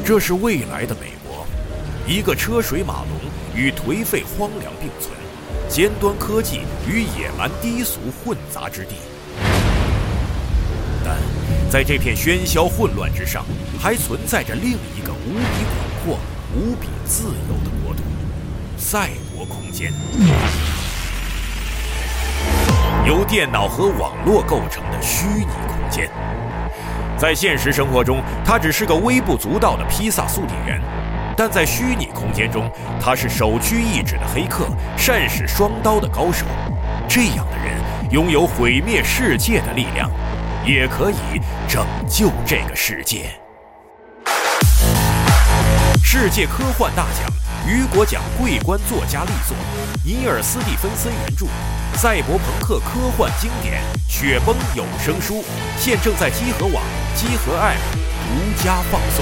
这是未来的美国，一个车水马龙与颓废荒凉并存，尖端科技与野蛮低俗混杂之地。但在这片喧嚣混乱之上，还存在着另一个无比广阔、无比自由的国度——赛博空间。由电脑和网络构成的虚拟空间。在现实生活中，他只是个微不足道的披萨速递员，但在虚拟空间中，他是首屈一指的黑客，善使双刀的高手。这样的人拥有毁灭世界的力量，也可以拯救这个世界。世界科幻大奖雨果奖桂冠作家力作，尼尔斯蒂芬森原著，赛博朋克科幻经典《雪崩》有声书，现正在积禾网、积禾 App 独家放送。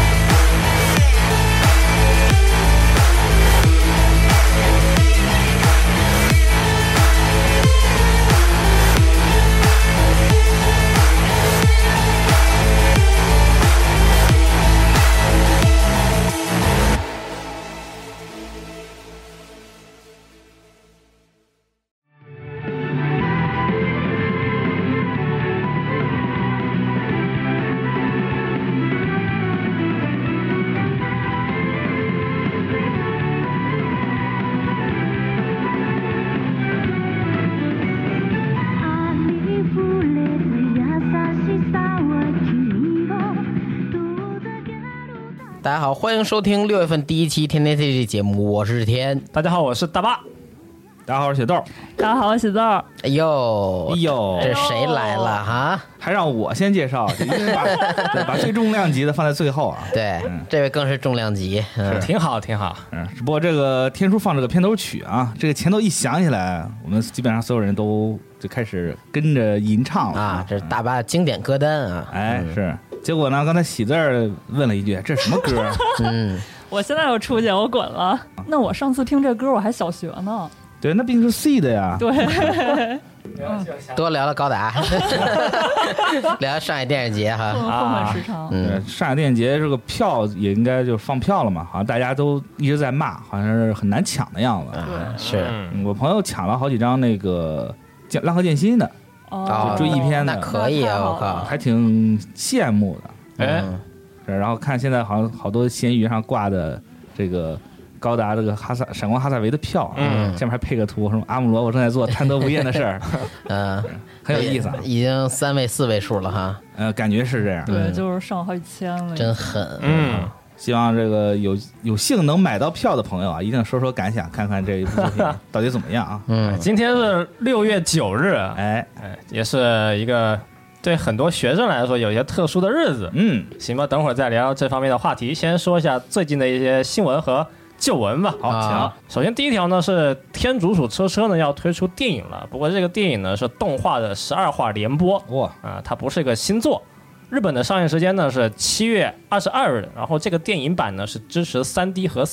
大家好，欢迎收听6月份第一期天天 TG 节目，我是天。 大家好，我是大巴。 大家好，我是雪豆。 大家好，我是喜豆。 哎呦，这谁来了哈？ 还让我先介绍，因为把最重量级的放在最后啊。 对，这位更是重量级， 挺好，挺好。 只不过这个天叔放这个片头曲啊，这个前头一响起来，我们基本上所有人都就开始跟着吟唱了啊。这是大巴经典歌单啊。 哎，是。结果呢，刚才喜字儿问了一句：“这什么歌？” 我现在又出去，我滚了。那我上次听这歌我还小学呢。 对，那毕竟是 C 的呀。 对。 多聊聊高达，聊聊上海电影节哈。 后面时长。 上海电影节这个票也应该就放票了嘛，好像大家都一直在骂，好像是很难抢的样子。 对，是我朋友抢了好几张那个浪客剑心的。就追忆片的， 那可以啊，我靠， 还挺羡慕的。 哎， 然后看现在好多闲鱼上挂的这个高达这个闪光哈萨维的票，下面还配个图，什么阿姆罗我正在做贪得无厌的事儿，很有意思， 已经3位4位数了哈， 感觉是这样， 对，就是上好几千了， 真狠， 希望这个有幸能买到票的朋友啊，一定说说感想，看看这一部作品到底怎么样啊。 今天是6月9日，也是一个对很多学生来说有一些特殊的日子。行吧，等会儿再聊这方面的话题，先说一下最近的一些新闻和旧闻吧。 好，请。 首先第一条呢是天竺鼠车车呢要推出电影了，不过这个电影呢是动画的12话联播，它不是一个新作。日本的上映时间呢是7月22日，然后这个电影版呢是支持 3D 和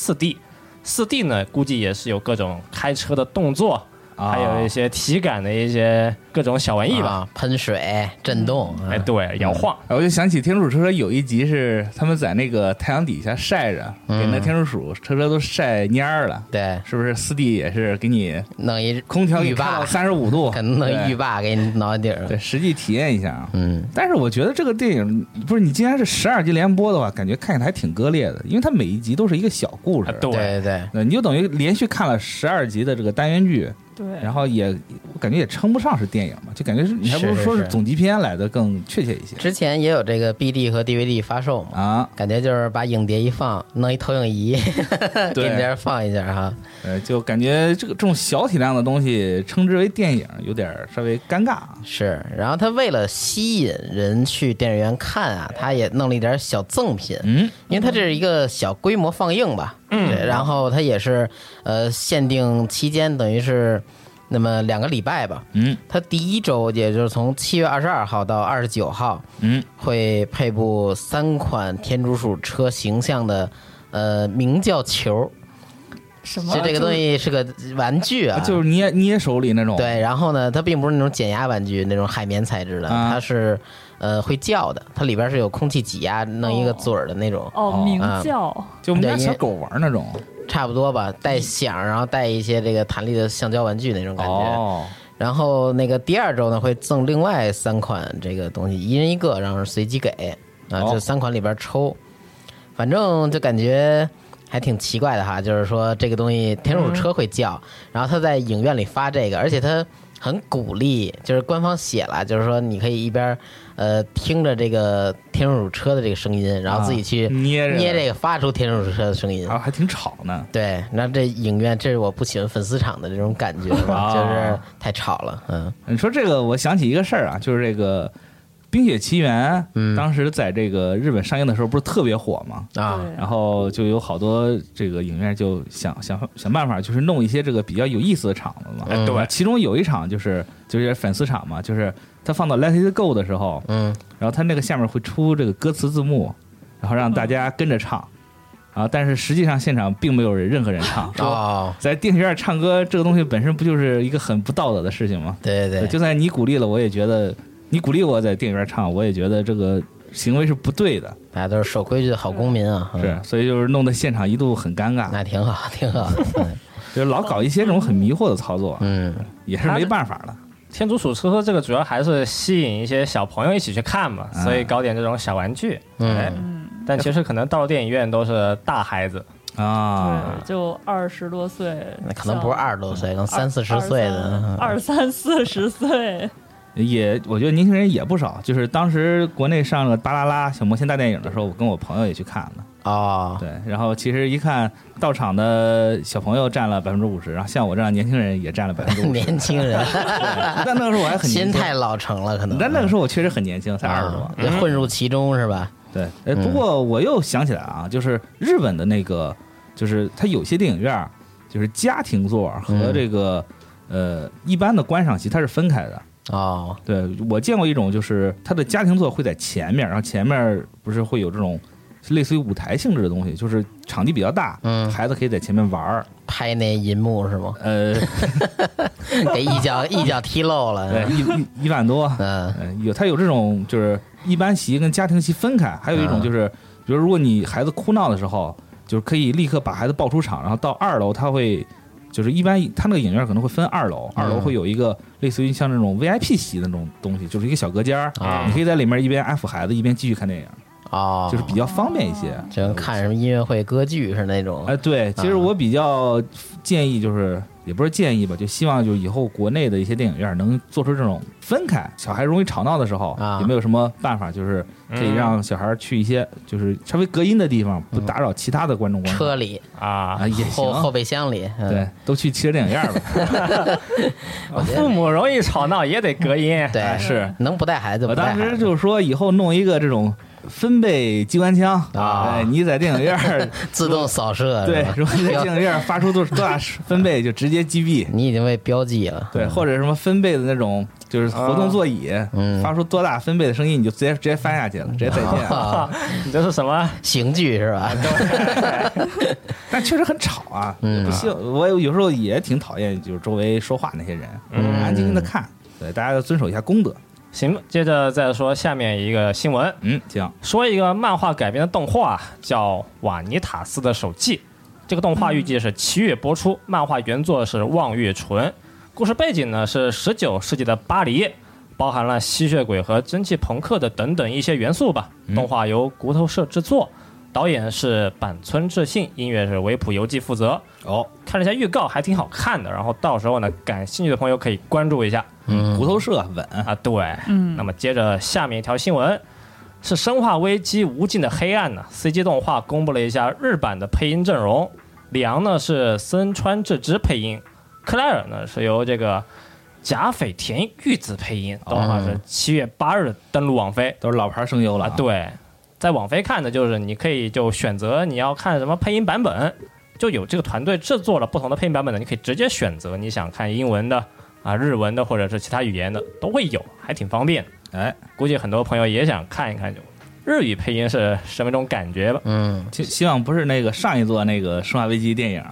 4D 呢估计也是有各种开车的动作，还有一些体感的一些各种小玩意吧， 喷水、震动， 对，摇晃。 我就想起天竺鼠车车有一集是他们在那个太阳底下晒着，给那天竺鼠车车都晒蔫了。 对， 是不是4D 也是给你弄一空调给开到35度， 可能弄浴霸给你脑袋顶上。 对，实际体验一下。但是我觉得这个电影不是你既然是12集连播的话，感觉看起来还挺割裂的，因为它每一集都是一个小故事。 对， 你就等于连续看了12集的这个单元剧。 对， 然后我感觉也称不上是电影嘛，就感觉你还不如说是总集篇来的更确切一些。 之前也有这个 BD 和 DVD 发售嘛，感觉就是把影碟一放，弄一投影仪给你这儿放一下哈。 就感觉这种小体量的东西称之为电影有点稍微尴尬。 是，然后他为了吸引人去电影院看啊，他也弄了一点小赠品，因为他这是一个小规模放映吧，然后他也是限定期间，等于是那么2个礼拜吧，它第一周也就是从7月22号到29号，会配布3款天竺鼠车形象的鸣叫球， 什么？ 这个东西是个玩具啊， 就是捏手里那种。 对，然后呢，它并不是那种减压玩具，那种海绵材质的，它是会叫的，它里边是有空气挤压，弄一个嘴儿的那种。 鸣叫， 就我们家小狗玩那种。 差不多吧，带响，然后带一些这个弹力的橡胶玩具那种感觉。然后那个第2周呢会赠另外3款这个东西，一人一个，然后随机给啊，这3款里边抽。反正就感觉还挺奇怪的哈，就是说这个东西天竺鼠车会叫，然后他在影院里发这个，而且他很鼓励，就是官方写了，就是说你可以一边听着这个天竺鼠车的这个声音，然后自己去捏这个发出天竺鼠车的声音， 还挺吵呢。 对，那这影院这是我不喜欢粉丝场的这种感觉吧，就是太吵了。 你说这个，我想起一个事儿啊，就是这个。冰雪奇缘当时在这个日本上映的时候不是特别火吗？然后就有好多这个影院就想办法，就是弄一些这个比较有意思的场子嘛。 对， 其中有一场就是粉丝场嘛，就是他放到 Let It Go 的时候，然后他那个下面会出这个歌词字幕，然后让大家跟着唱。但是实际上现场并没有任何人唱。说在电影院唱歌这个东西本身不就是一个很不道德的事情吗？ 对， 就算你鼓励了，我也觉得。你鼓励我在电影院唱，我也觉得这个行为是不对的。 大家都是守规矩的好公民啊， 是，所以就是弄得现场一度很尴尬。 那挺好，挺好。 就是老搞一些这种很迷惑的操作，也是没办法了。 天竺鼠车这个主要还是吸引一些小朋友一起去看嘛，所以搞点这种小玩具。但其实可能到了电影院都是大孩子对，就20多岁， 那可能不是20多岁，可能30、40岁的 ，23、40岁。 我觉得年轻人也不少，就是当时国内上了《巴啦啦》小魔仙大电影的时候，我跟我朋友也去看了。对，然后其实一看到场的小朋友占了50%，然后像我这样年轻人也占了50%。 年轻人， 但那个时候我还很年轻， 心态老成了，可能。 但那个时候我确实很年轻，才20多， 也混入其中是吧？ 对，不过我又想起来啊，就是日本的那个，就是它有些电影院就是家庭座和这个一般的观赏席它是分开的。对，我见过一种，就是它的家庭座会在前面，然后前面不是会有这种类似于舞台性质的东西，就是场地比较大，孩子可以在前面玩， 拍那银幕是吗？给一脚踢漏了， 对，1万多，它有这种就是一般席跟家庭席分开，还有一种就是，比如如果你孩子哭闹的时候，就是可以立刻把孩子抱出场，然后到2楼，他会。就是一般他那个影院可能会分2楼，2楼会有一个类似于像那种 VIP 席的那种东西，就是一个小隔间你可以在里面一边安抚孩子一边继续看电影就是比较方便一些， 就跟看什么音乐会歌剧是那种。 对，其实我比较建议就是也不是建议吧，就希望就以后国内的一些电影院能做出这种分开，小孩容易吵闹的时候有没有什么办法，就是可以让小孩去一些就是稍微隔音的地方，不打扰其他的观众。 车里也行， 后备箱里， 对，都去汽车电影院吧。 父母容易吵闹也得隔音， 对， 是能不带孩子不带孩子。 我当时就是说以后弄一个这种分贝机关枪你在电影院自动扫射， 对，如果你在电影院发出多大分贝就直接击毙， 你已经被标记了。 对，或者什么分贝的那种就是活动座椅，发出多大分贝的声音你就直接翻下去了，直接再见。 你这是什么刑具是吧？ 但确实很吵啊，不行，我有时候也挺讨厌就是周围说话那些人，安安静静的看，对，大家要遵守一下公德。 行，接着再说下面一个新闻。 行， 说一个漫画改编的动画叫《瓦尼塔斯的手记》，这个动画预计是7月播出。漫画原作是望月纯，故事背景呢是19世纪的巴黎，包含了吸血鬼和蒸汽朋克的等等一些元素吧。动画由骨头社制作，导演是坂村智信，音乐是维普游记负责。看了一下预告还挺好看的，然后到时候呢感兴趣的朋友可以关注一下。 骨头社稳啊，对，那么接着下面一条新闻是《生化危机：无尽的黑暗》呢 ，CG 动画公布了一下日版的配音阵容，里昂呢是森川智之配音，克莱尔呢是由这个甲斐田裕子配音，动画是7月8日登陆网飞， 都是老牌声优了。 对，在网飞看的就是你可以就选择你要看什么配音版本，就有这个团队制作了不同的配音版本的，你可以直接选择你想看英文的。日文的或者是其他语言的都会有，还挺方便。估计很多朋友也想看一看，就日语配音是什么种感觉吧。 希望不是那个上一座那个《生化危机》电影啊，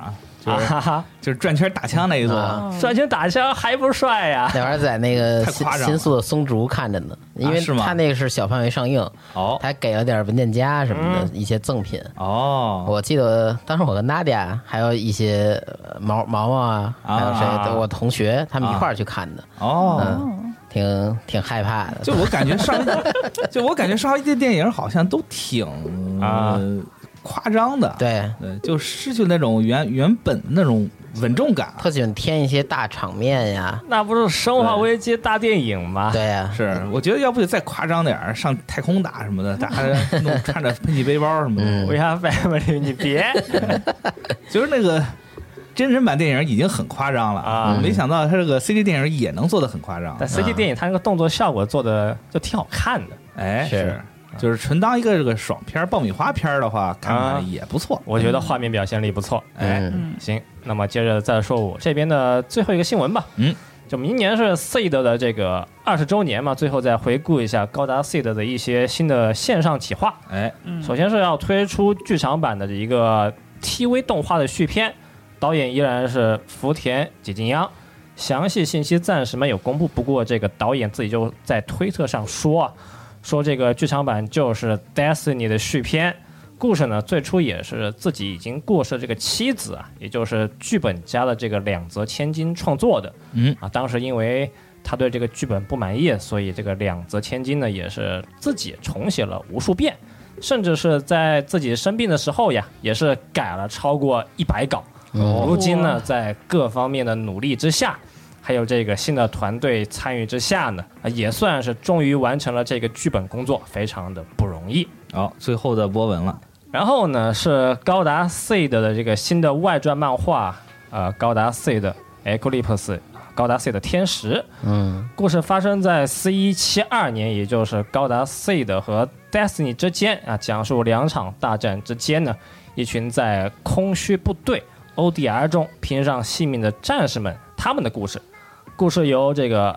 就是转圈打枪那一座， 转圈打枪还不帅呀？ 那玩意儿在那个新宿的松竹看着呢，因为他那个是小范围上映，他还给了点文件夹什么的一些赠品。我记得当时我跟娜迪亚还有一些毛毛啊，还有谁，我同学他们一块儿去看的。挺害怕的。 就我感觉上一届电影好像都挺夸张的， 对， 就失去那种原本那种稳重感， 特喜欢添一些大场面呀。 那不是生化危机大电影吗？ 对呀， 是，我觉得要不就再夸张点，上太空打什么的，大家穿着喷气背包什么的。 We have family， 你别， 就是那个真人版电影已经很夸张了啊！没想到他这个 CG 电影也能做得很夸张。 但 CG 电影它那个动作效果做的就挺好看的， 是。就是纯当一个这个爽片、爆米花片的话，看看也不错。 我觉得画面表现力不错。行，那么接着再说我这边的最后一个新闻吧。就明年是 SEED 的这个20周年嘛，最后再回顾一下高达 SEED 的一些新的线上企划。首先是要推出剧场版的一个 TV 动画的续篇，导演依然是福田几金央。详细信息暂时没有公布，不过这个导演自己就在推特上说这个剧场版就是 Destiny 的续篇，故事呢最初也是自己已经过世的这个妻子啊，也就是剧本家的这个两泽千金创作的。当时因为他对这个剧本不满意，所以这个两泽千金呢也是自己重写了无数遍，甚至是在自己生病的时候呀，也是改了超过100稿。如今呢，在各方面的努力之下，还有这个新的团队参与之下呢，也算是终于完成了这个剧本工作，非常的不容易。 最后的波纹了。 然后呢，是高达 SEED 的这个新的外传漫画，高达 SEED Eclipse， 高达 SEED 天使。故事发生在4172年，也就是高达 SEED 和 Destiny 之间啊，讲述2场大战之间呢，一群在空虚部队 ODR 中拼上性命的战士们他们的故事。故事由这个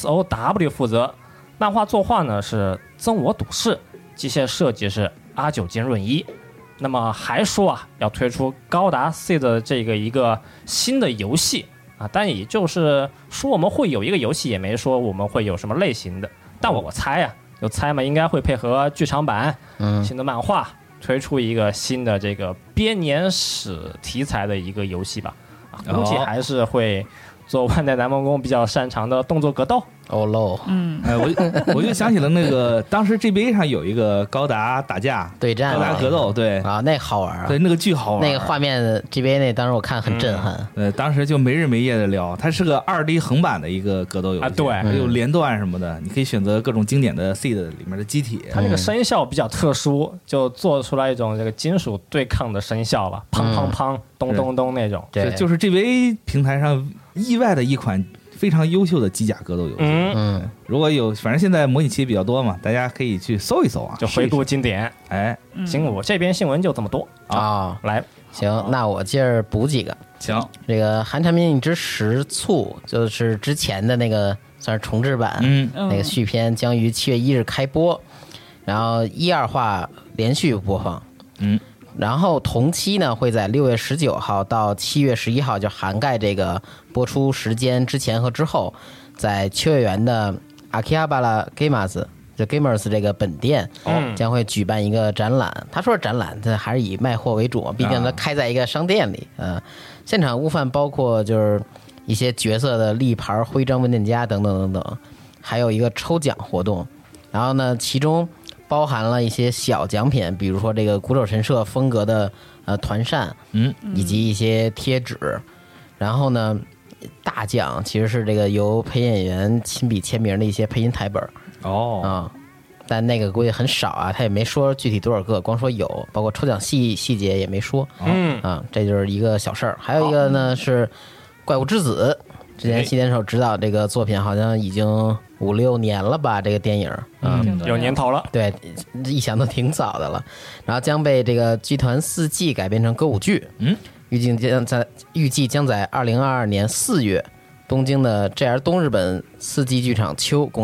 SOW 负责，漫画作画呢是增我笃士，机械设计是阿久间润一。那么还说要推出高达 SEED 的这个一个新的游戏啊，但也就是说我们会有一个游戏，也没说我们会有什么类型的。但我猜就猜嘛，应该会配合剧场版新的漫画推出一个新的这个编年史题材的一个游戏吧。估计还是会做万代南梦宫比较擅长的动作格斗。 我就想起了那个当时 GBA 上有一个高达打架对战高达格斗，对啊，那好玩对，那个巨好玩， 那个画面 GBA 那当时我看很震撼。 当时就没日没夜的聊，它是个2D 横版的一个格斗游戏对， 有连段什么的，你可以选择各种经典的 SEED 里面的机体。 它那个声效比较特殊，就做出来一种这个金属对抗的声效吧，砰砰砰，咚咚咚那种。 对， 就是 GBA 平台上意外的一款非常优秀的机甲格斗游戏。如果有，反正现在模拟器比较多嘛，大家可以去搜一搜啊， 就回顾经典。行，我这边新闻就这么多来， 行，那我接着补几个。 行， 这个《寒蝉鸣之时促》就是之前的那个算是重制版，那个续篇将于7月1日开播，然后1、2话连续播放。然后同期呢会在6月19号到7月11号，就涵盖这个播出时间之前和之后，在秋叶原的Akihabara Gamers 就 Gamers 这个本店将会举办一个展览。他说是展览，他还是以卖货为主嘛，毕竟他开在一个商店里。现场物贩包括就是一些角色的立牌、徽章、文件夹等等等等，还有一个抽奖活动。然后呢，其中包含了一些小奖品，比如说这个古手神社风格的团扇，以及一些贴纸。然后呢，大奖其实是这个由配音演员亲笔签名的一些配音台本。但那个估计很少啊，他也没说具体多少个，光说有，包括抽奖细节也没说。这就是一个小事儿。还有一个呢是怪物之子，之前西田守指导这个作品好像已经5、6年了吧，这个电影有年头了。 对，一想都挺早的了。然后将被这个剧团4季改编成歌舞剧，预计将在2022年4月东京的 JR 东日本4季剧场秋公演。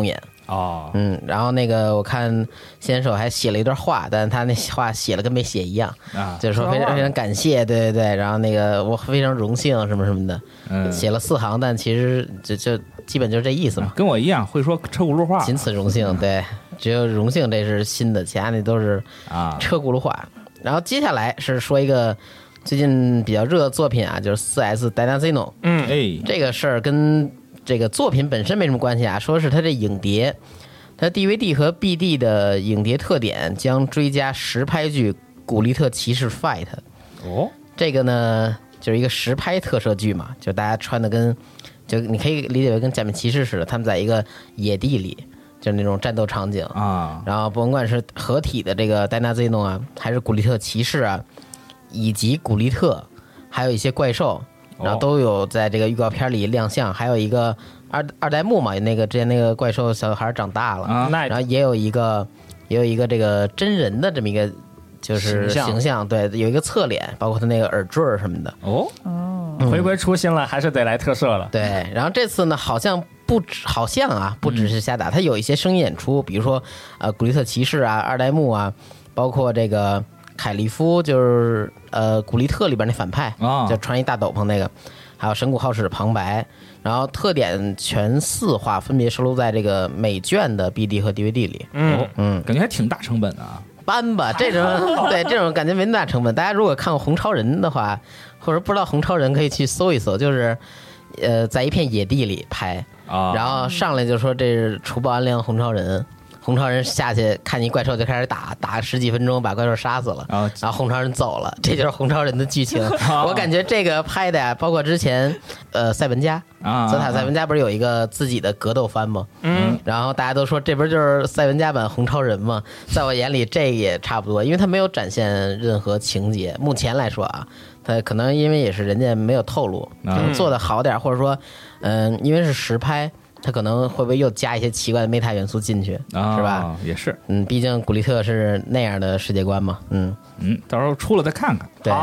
然后那个我看先手还写了一段话，但是他那话写了跟没写一样就是说非常非常感谢，对对对，然后那个我非常荣幸什么什么的，写了4行，但其实就基本就是这意思嘛， 跟我一样会说车轱辘话， 仅此荣幸，对，只有荣幸这是新的，其他那都是车轱辘话。然后接下来是说一个最近比较热的作品啊，就是 4S Dynazino， 这个事儿跟这个作品本身没什么关系啊，说是它这影碟，它 DVD 和 BD 的影碟特点将追加实拍剧《古力特骑士 Fight》。这个呢就是一个实拍特摄剧嘛，就大家穿的就你可以理解为跟假面骑士似的，他们在一个野地里，就是那种战斗场景然后甭管是合体的这个戴纳 Zeno 啊，还是古力特骑士啊，以及古力特，还有一些怪兽。然后都有在这个预告片里亮相，还有一个二代目嘛，那个之前那个怪兽小孩长大了然后也有一个这个真人的这么一个就是形象，对，有一个侧脸，包括他那个耳坠什么的。 回归初心了，还是得来特摄了。 对，然后这次呢，好像不只是瞎打，他有一些声音演出，比如说古力特骑士啊，二代目啊，包括这个凯利夫，就是古力特里边那反派就穿一大斗篷那个，还有神谷浩史旁白，然后特点全4话分别收录在这个美卷的 BD 和 DVD 里。 感觉还挺大成本的啊。 般吧，这种感觉没那么大成本。大家如果看过红超人的话，或者不知道红超人，可以去搜一搜，就是在一片野地里拍然后上来就说这是除暴安良红超人。红超人下去看一怪兽就开始打10几分钟把怪兽杀死了，然后红超人走了，这就是红超人的剧情。我感觉这个拍的呀，包括之前塞文加泽塔塞文加不是有一个自己的格斗番吗？然后大家都说这不就是塞文加版红超人吗？在我眼里这也差不多，因为他没有展现任何情节，目前来说啊，他可能因为也是人家没有透露，可能做的好点，或者说因为是实拍。他可能会不会又加一些奇怪的 meta 元素进去，是吧？ 也是， 毕竟古力特是那样的世界观嘛， 到时候出了再看看。 对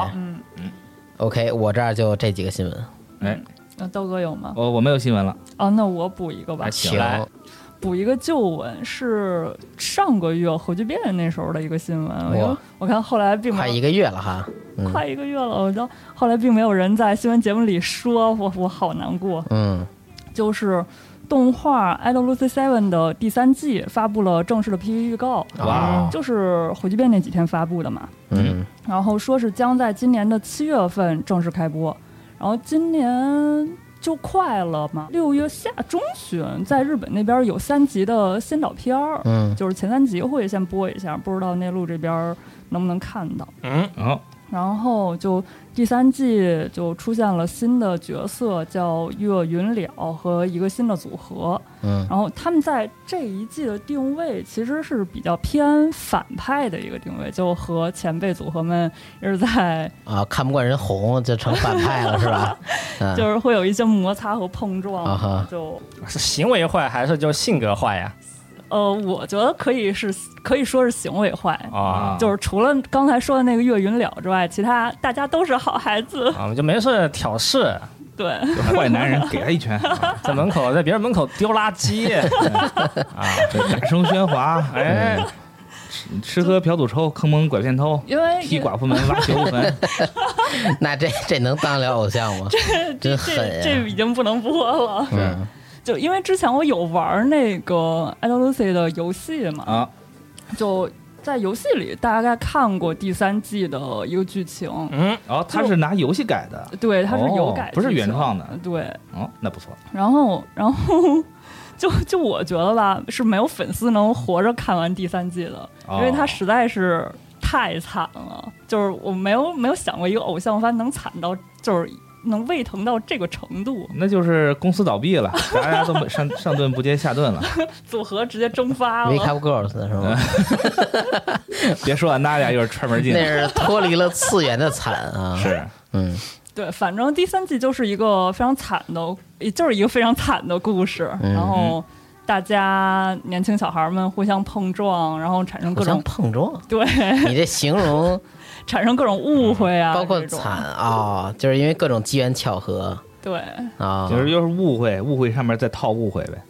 ，OK， 我这儿就这几个新闻。 那豆哥有吗？ 我没有新闻了。 那我补一个吧。 请补一个旧闻，是上个月核聚变那时候的一个新闻。我看后来并没有快1个月了哈， 快1个月了，我都后来并没有人在新闻节目里说，我好难过。就是动画《Idol Lucy 7》的第3季发布了正式的 PV 预告，就是火炬变那几天发布的嘛。然后说是将在今年的7月份正式开播，然后今年就快了嘛，6月下中旬，在日本那边有3集的先导片就是前3集会先播一下，不知道内陆这边能不能看到。然后就第3季就出现了新的角色，叫月云了和一个新的组合。然后他们在这一季的定位其实是比较偏反派的一个定位，就和前辈组合们一直在看不惯人红就成反派了是吧？ 就是会有一些摩擦和碰撞， 就是行为坏还是就性格坏呀？ 我觉得可以说是行为坏就是除了刚才说的那个岳云了之外，其他大家都是好孩子就没事挑事。 对， 坏男人给他一拳， 在别人门口丢垃圾大声喧哗，吃喝嫖赌抽，坑蒙拐骗偷，踢寡妇门，挖学无坟。 那这能当了偶像吗？真狠呀！ 这已经不能播了。就因为之前我有玩那个 Idol Lucy 的游戏嘛，就在游戏里大概看过第3季的一个剧情。 他是拿游戏改的， 对，他是有改， 不是原创的。 对， 那不错。 然后就我觉得吧，是没有粉丝能活着看完第3季的，因为他实在是太惨了。就是我没有想过一个偶像番能惨到就是能胃疼到这个程度， 那就是公司倒闭了，大家都上顿不接下顿了， 组合直接蒸发了。 Wake Up Girls 是吗？ 别说那俩又是串门进， 那是脱离了次元的惨啊！ 是， 对，反正第3季就是一个非常惨的故事，然后大家年轻小孩们互相碰撞，然后产生各种碰撞。 对， 你这形容。 产生各种误会啊， 包括惨就是因为各种机缘巧合。 对就是又是误会上面再套误会呗。 对，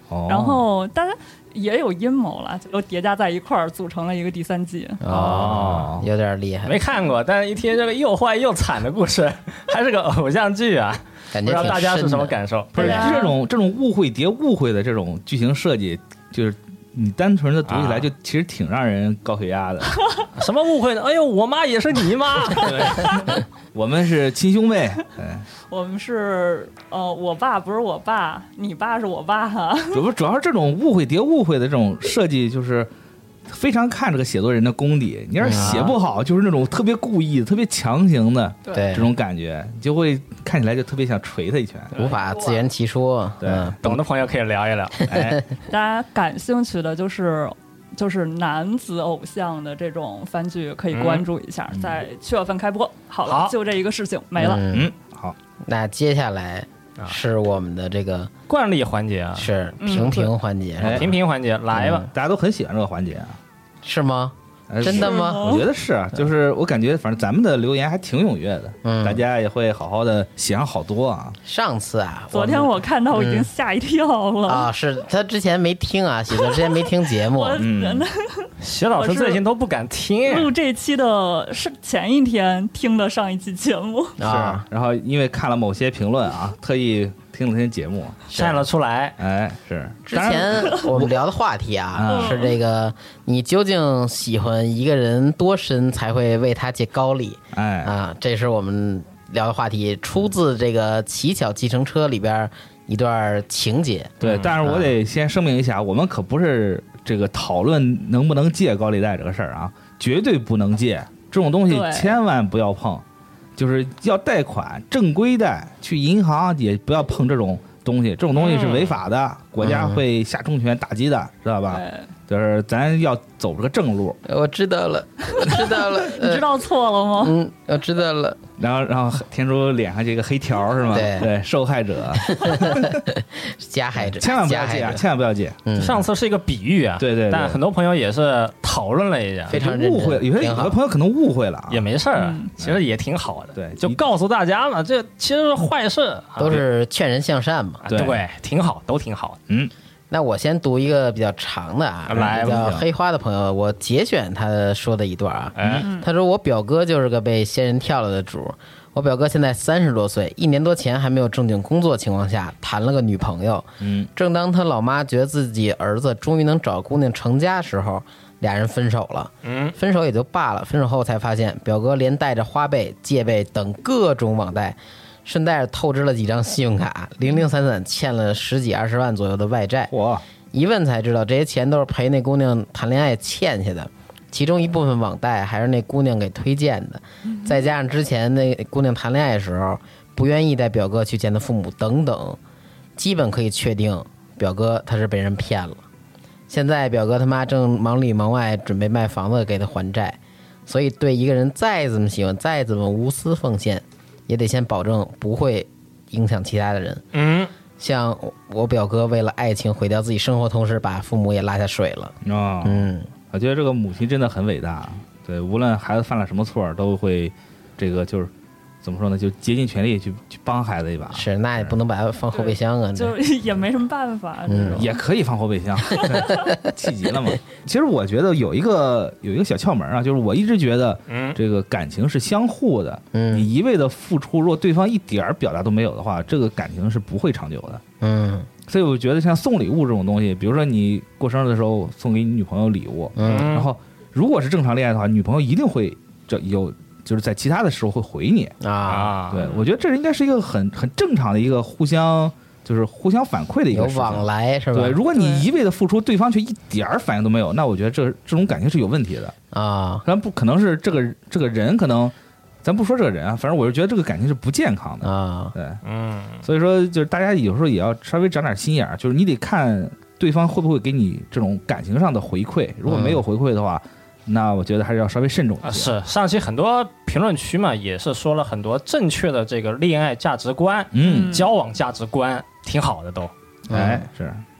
然后大家也有阴谋了，就叠加在一块儿组成了一个第3季。 有点厉害， 没看过，但是一听这个又坏又惨的故事，还是个偶像剧啊， 感觉不知道大家是什么感受？ 不是这种误会叠误会的这种剧情设计，就是你单纯的读起来就其实挺让人高血压的。 什么误会呢？哎呦，我妈也是你妈。 对，我们是亲兄妹。 我们是我爸不是我爸，你爸是我爸啊。 主要是这种误会叠误会的这种设计，就是非常看这个写作人的功底。你要是写不好，就是那种特别故意、特别强行的这种感觉，你就会看起来就特别想捶他一拳， 无法自圆其说。 对， 懂的朋友可以聊一聊。 哎， 大家感兴趣的就是男子偶像的这种番剧，可以关注一下，在7月份开播。好了，就这一个事情没了。 好， 那接下来是我们的这个惯例环节啊， 是评环节， 评评环节来吧， 大家都很喜欢这个环节啊， 是吗？真的吗？ 我觉得是啊，就是我感觉反正咱们的留言还挺踊跃的，大家也会好好的写上好多啊。 上次啊， 昨天我看到我已经吓一跳了啊！是他之前没听啊，喜子之前没听节目， 徐老师最近都不敢听。 录这期的是前一天听的上一期节目啊， 然后因为看了某些评论啊，特意听了听节目， 晒了出来。 哎，是之前我们聊的话题啊，是这个你究竟喜欢一个人多深才会为他借高利？ 哎啊，这是我们聊的话题，出自这个《乞巧计程车》里边一段情节。 对，但是我得先声明一下，我们可不是这个讨论能不能借高利贷这个事儿啊，绝对不能借，这种东西千万不要碰。就是要贷款正规贷，去银行也不要碰这种东西，这种东西是违法的，国家会下重拳打击的，知道吧？就是咱要走这个正路。 我知道了，我知道了。 你知道错了吗？ 我知道了。 然后天珠脸上这个黑条是吗？对，受害者、 加害者， 千万不要借啊！千万不要借。 上次是一个比喻啊， 对， 但很多朋友也是讨论了一下， 非常误会，有些朋友可能误会了， 也没事儿，其实也挺好的。 对， 就告诉大家嘛，这其实是坏事， 都是劝人向善嘛。 对，挺好，都挺好的。 那我先读一个比较长的啊， 来， 叫黑花的朋友，我节选他说的一段啊。他说我表哥就是个被仙人跳了的主。我表哥现在30多岁，1年多前还没有正经工作情况下谈了个女朋友。正当他老妈觉得自己儿子终于能找姑娘成家时候，俩人分手了。分手也就罢了，分手后才发现表哥连带着花呗、借呗等各种网贷，顺带着透支了几张信用卡，零零散散欠了10几20万左右的外债。一问才知道，这些钱都是陪那姑娘谈恋爱欠下的，其中一部分网贷还是那姑娘给推荐的，再加上之前那姑娘谈恋爱的时候不愿意带表哥去见他父母等等，基本可以确定表哥他是被人骗了。现在表哥他妈正忙里忙外准备卖房子给他还债，所以对一个人再怎么喜欢，再怎么无私奉献，也得先保证不会影响其他的人。像我表哥为了爱情毁掉自己生活，同时把父母也拉下水了。 我觉得这个母亲真的很伟大。对，无论孩子犯了什么错，都会这个就是怎么说呢，就竭尽全力去帮孩子一把。 是，那也不能把它放后备箱啊， 就也没什么办法。 也可以放后备箱，气急了嘛。其实我觉得有一个小窍门啊，就是我一直觉得，这个感情是相互的。你一味的付出，如果对方一点表达都没有的话，这个感情是不会长久的。所以我觉得像送礼物这种东西，比如说你过生日的时候送给你女朋友礼物，然后如果是正常恋爱的话，女朋友一定会就是在其他的时候会回你啊。对，我觉得这应该是一个很正常的一个互相反馈的一个事情， 有往来是吧？ 对，如果你一味的付出，对方却一点反应都没有，那我觉得这种感情是有问题的啊。咱不可能是这个人，可能咱不说这个人啊，反正我是觉得这个感情是不健康的啊。对，所以说就是大家有时候也要稍微长点心眼儿，就是你得看对方会不会给你这种感情上的回馈，如果没有回馈的话。那我觉得还是要稍微慎重一些。 是上期很多评论区嘛，也是说了很多正确的这个恋爱价值观，交往价值观挺好的都。 是。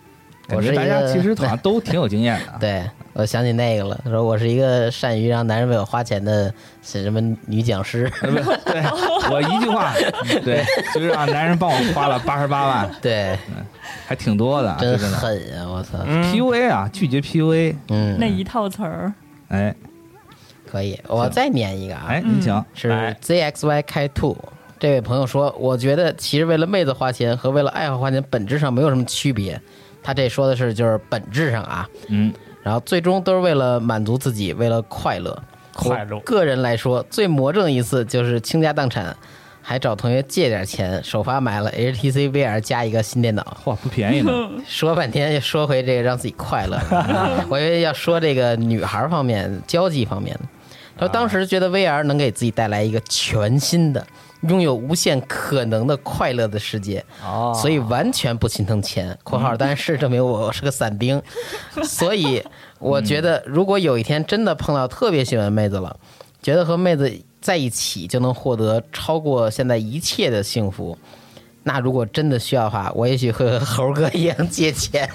感觉大家其实好像都挺有经验的。 对，我想起那个了，说我是一个善于让男人为我花钱的什么女讲师。 对，我一句话，对，就是让男人帮我花了88万。 对， 还挺多的， 真狠呀！我操 ，PUA 啊，拒绝 PUA， 那一套词儿， 哎， 可以，我再念一个啊， 哎，您请， 是 ZXY 开 2。这位朋友说，我觉得其实为了妹子花钱和为了爱好花钱本质上没有什么区别。他这说的是就是本质上啊，然后最终都是为了满足自己，为了快乐。个人来说，最魔怔的一次就是倾家荡产，还找同学借点钱，首发买了 HTC VR 加一个新电脑。 哇，不便宜呢！ 说半天又说回这个让自己快乐，我以为要说这个女孩方面、交际方面的。他当时觉得 VR 能给自己带来一个全新的、拥有无限可能的快乐的世界，所以完全不心疼钱（括号当然是证明我是个散兵）。所以我觉得，如果有一天真的碰到特别喜欢妹子了，觉得和妹子在一起就能获得超过现在一切的幸福，那如果真的需要的话，我也许会和猴哥一样借钱。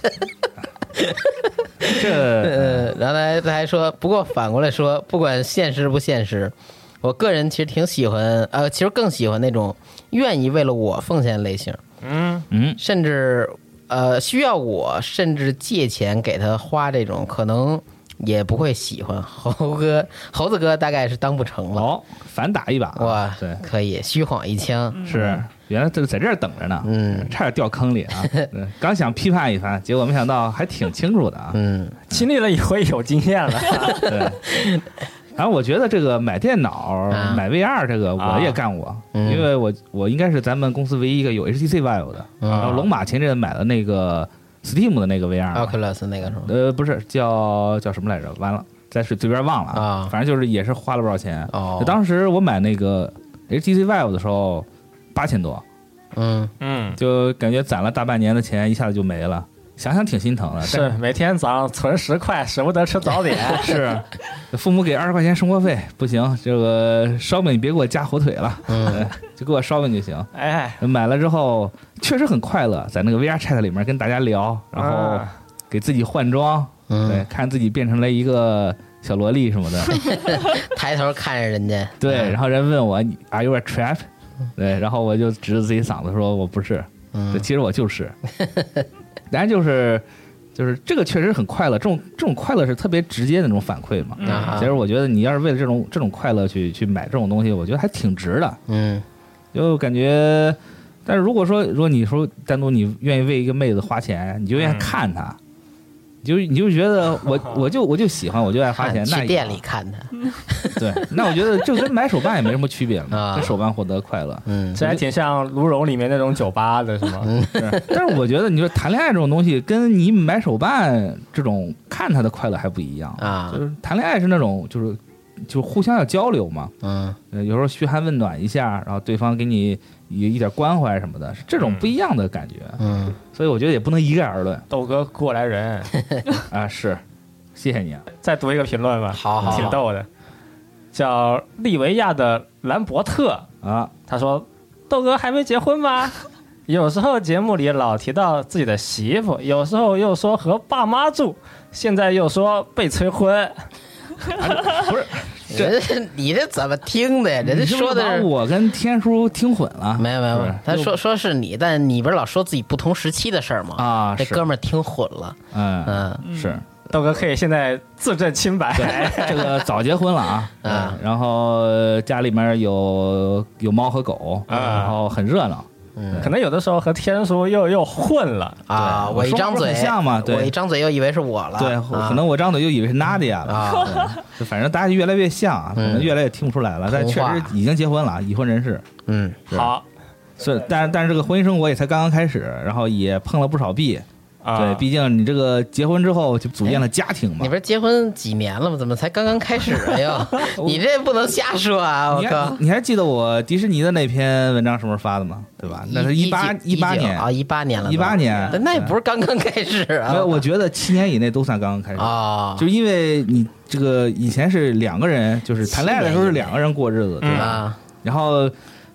然后他还说，不过反过来说，不管现实不现实，我个人其实挺喜欢，其实更喜欢那种愿意为了我奉献的类型，甚至需要我甚至借钱给他花这种，可能也不会喜欢。猴子哥大概是当不成了， 反打一把， 哇， 对， 可以虚晃一枪， 是。原来在这儿等着呢，差点掉坑里啊！刚想批判一番，结果没想到还挺清楚的啊， 经历了一回有经验了。 对，然后我觉得这个买电脑、买 VR 这个我也干过，因为我应该是咱们公司唯一一个有 HTC Vive 的，然后龙马前阵买了那个 Steam 的那个 VR，Oculus 那个是吗？ 不是，叫什么来着？完了，在嘴边忘了啊，反正就是也是花了不少钱。当时我买那个 HTC Vive 的时候。8000多，就感觉攒了大半年的钱一下子就没了，想想挺心疼的。 是每天早上存10块，舍不得吃早点。 是，父母给20块钱生活费，不行，这个烧饼你别给我加火腿了，就给我烧饼就行。 哎， 买了之后确实很快乐，在那个 VR Chat 里面跟大家聊，然后给自己换装，对，看自己变成了一个小萝莉什么的， 抬头看着人家， 对，然后人问我 Are you a trap？对，然后我就指着自己嗓子说我不是，其实我就是，当然就是这个确实很快乐，这种快乐是特别直接的那种反馈嘛。其实我觉得你要是为了这种快乐去买这种东西，我觉得还挺值的。就感觉，但是如果你说单独你愿意为一个妹子花钱，你就愿意看她。你就觉得我就喜欢，我就爱花钱。 去店里看他， 对，那我觉得这跟买手办也没什么区别嘛，跟手办获得快乐， 这还挺像卢荣里面那种酒吧的是吗？ 但是我觉得你说谈恋爱这种东西，跟你买手办这种看他的快乐还不一样啊。就是谈恋爱是那种就互相要交流嘛，有时候嘘寒问暖一下，然后对方给你一点关怀什么的，是这种不一样的感觉。所以我觉得也不能一概而论。 豆哥过来人啊，是，谢谢你啊。 再读一个评论吧， 好， 挺逗的，叫利维亚的兰伯特啊，他说豆哥还没结婚吗？有时候节目里老提到自己的媳妇，有时候又说和爸妈住，现在又说被催婚。 不是， 你这怎么听的呀？人家说的是我跟天叔听混了。 没有，他说是你，但你不是老说自己不同时期的事儿吗？啊，这哥们儿听混了。 是豆哥可以现在自证清白。 这个早结婚了啊，然后家里面有猫和狗，然后很热闹。 可能有的时候和天叔又混了啊！我一张嘴像嘛，对， 我一张嘴又以为是我了， 对，可能我张嘴又以为是 Nadia 了啊！就反正大家越来越像，可能越来越听不出来了，但确实已经结婚了，已婚人士。 好， 是，但是这个婚姻生活也才刚刚开始，然后也碰了不少壁。对，毕竟你这个结婚之后就组建了家庭嘛。 你不是结婚几年了吗？怎么才刚刚开始呀？你这不能瞎说啊！我靠， 你还记得我迪士尼的那篇文章什么时候发的吗？对吧？那是18年啊，18年了 ，18年， 那也不是刚刚开始啊。 没有，我觉得7年以内都算刚刚开始啊，就是因为你这个以前是2个人，就是谈恋爱的时候是2个人过日子，对吧？然后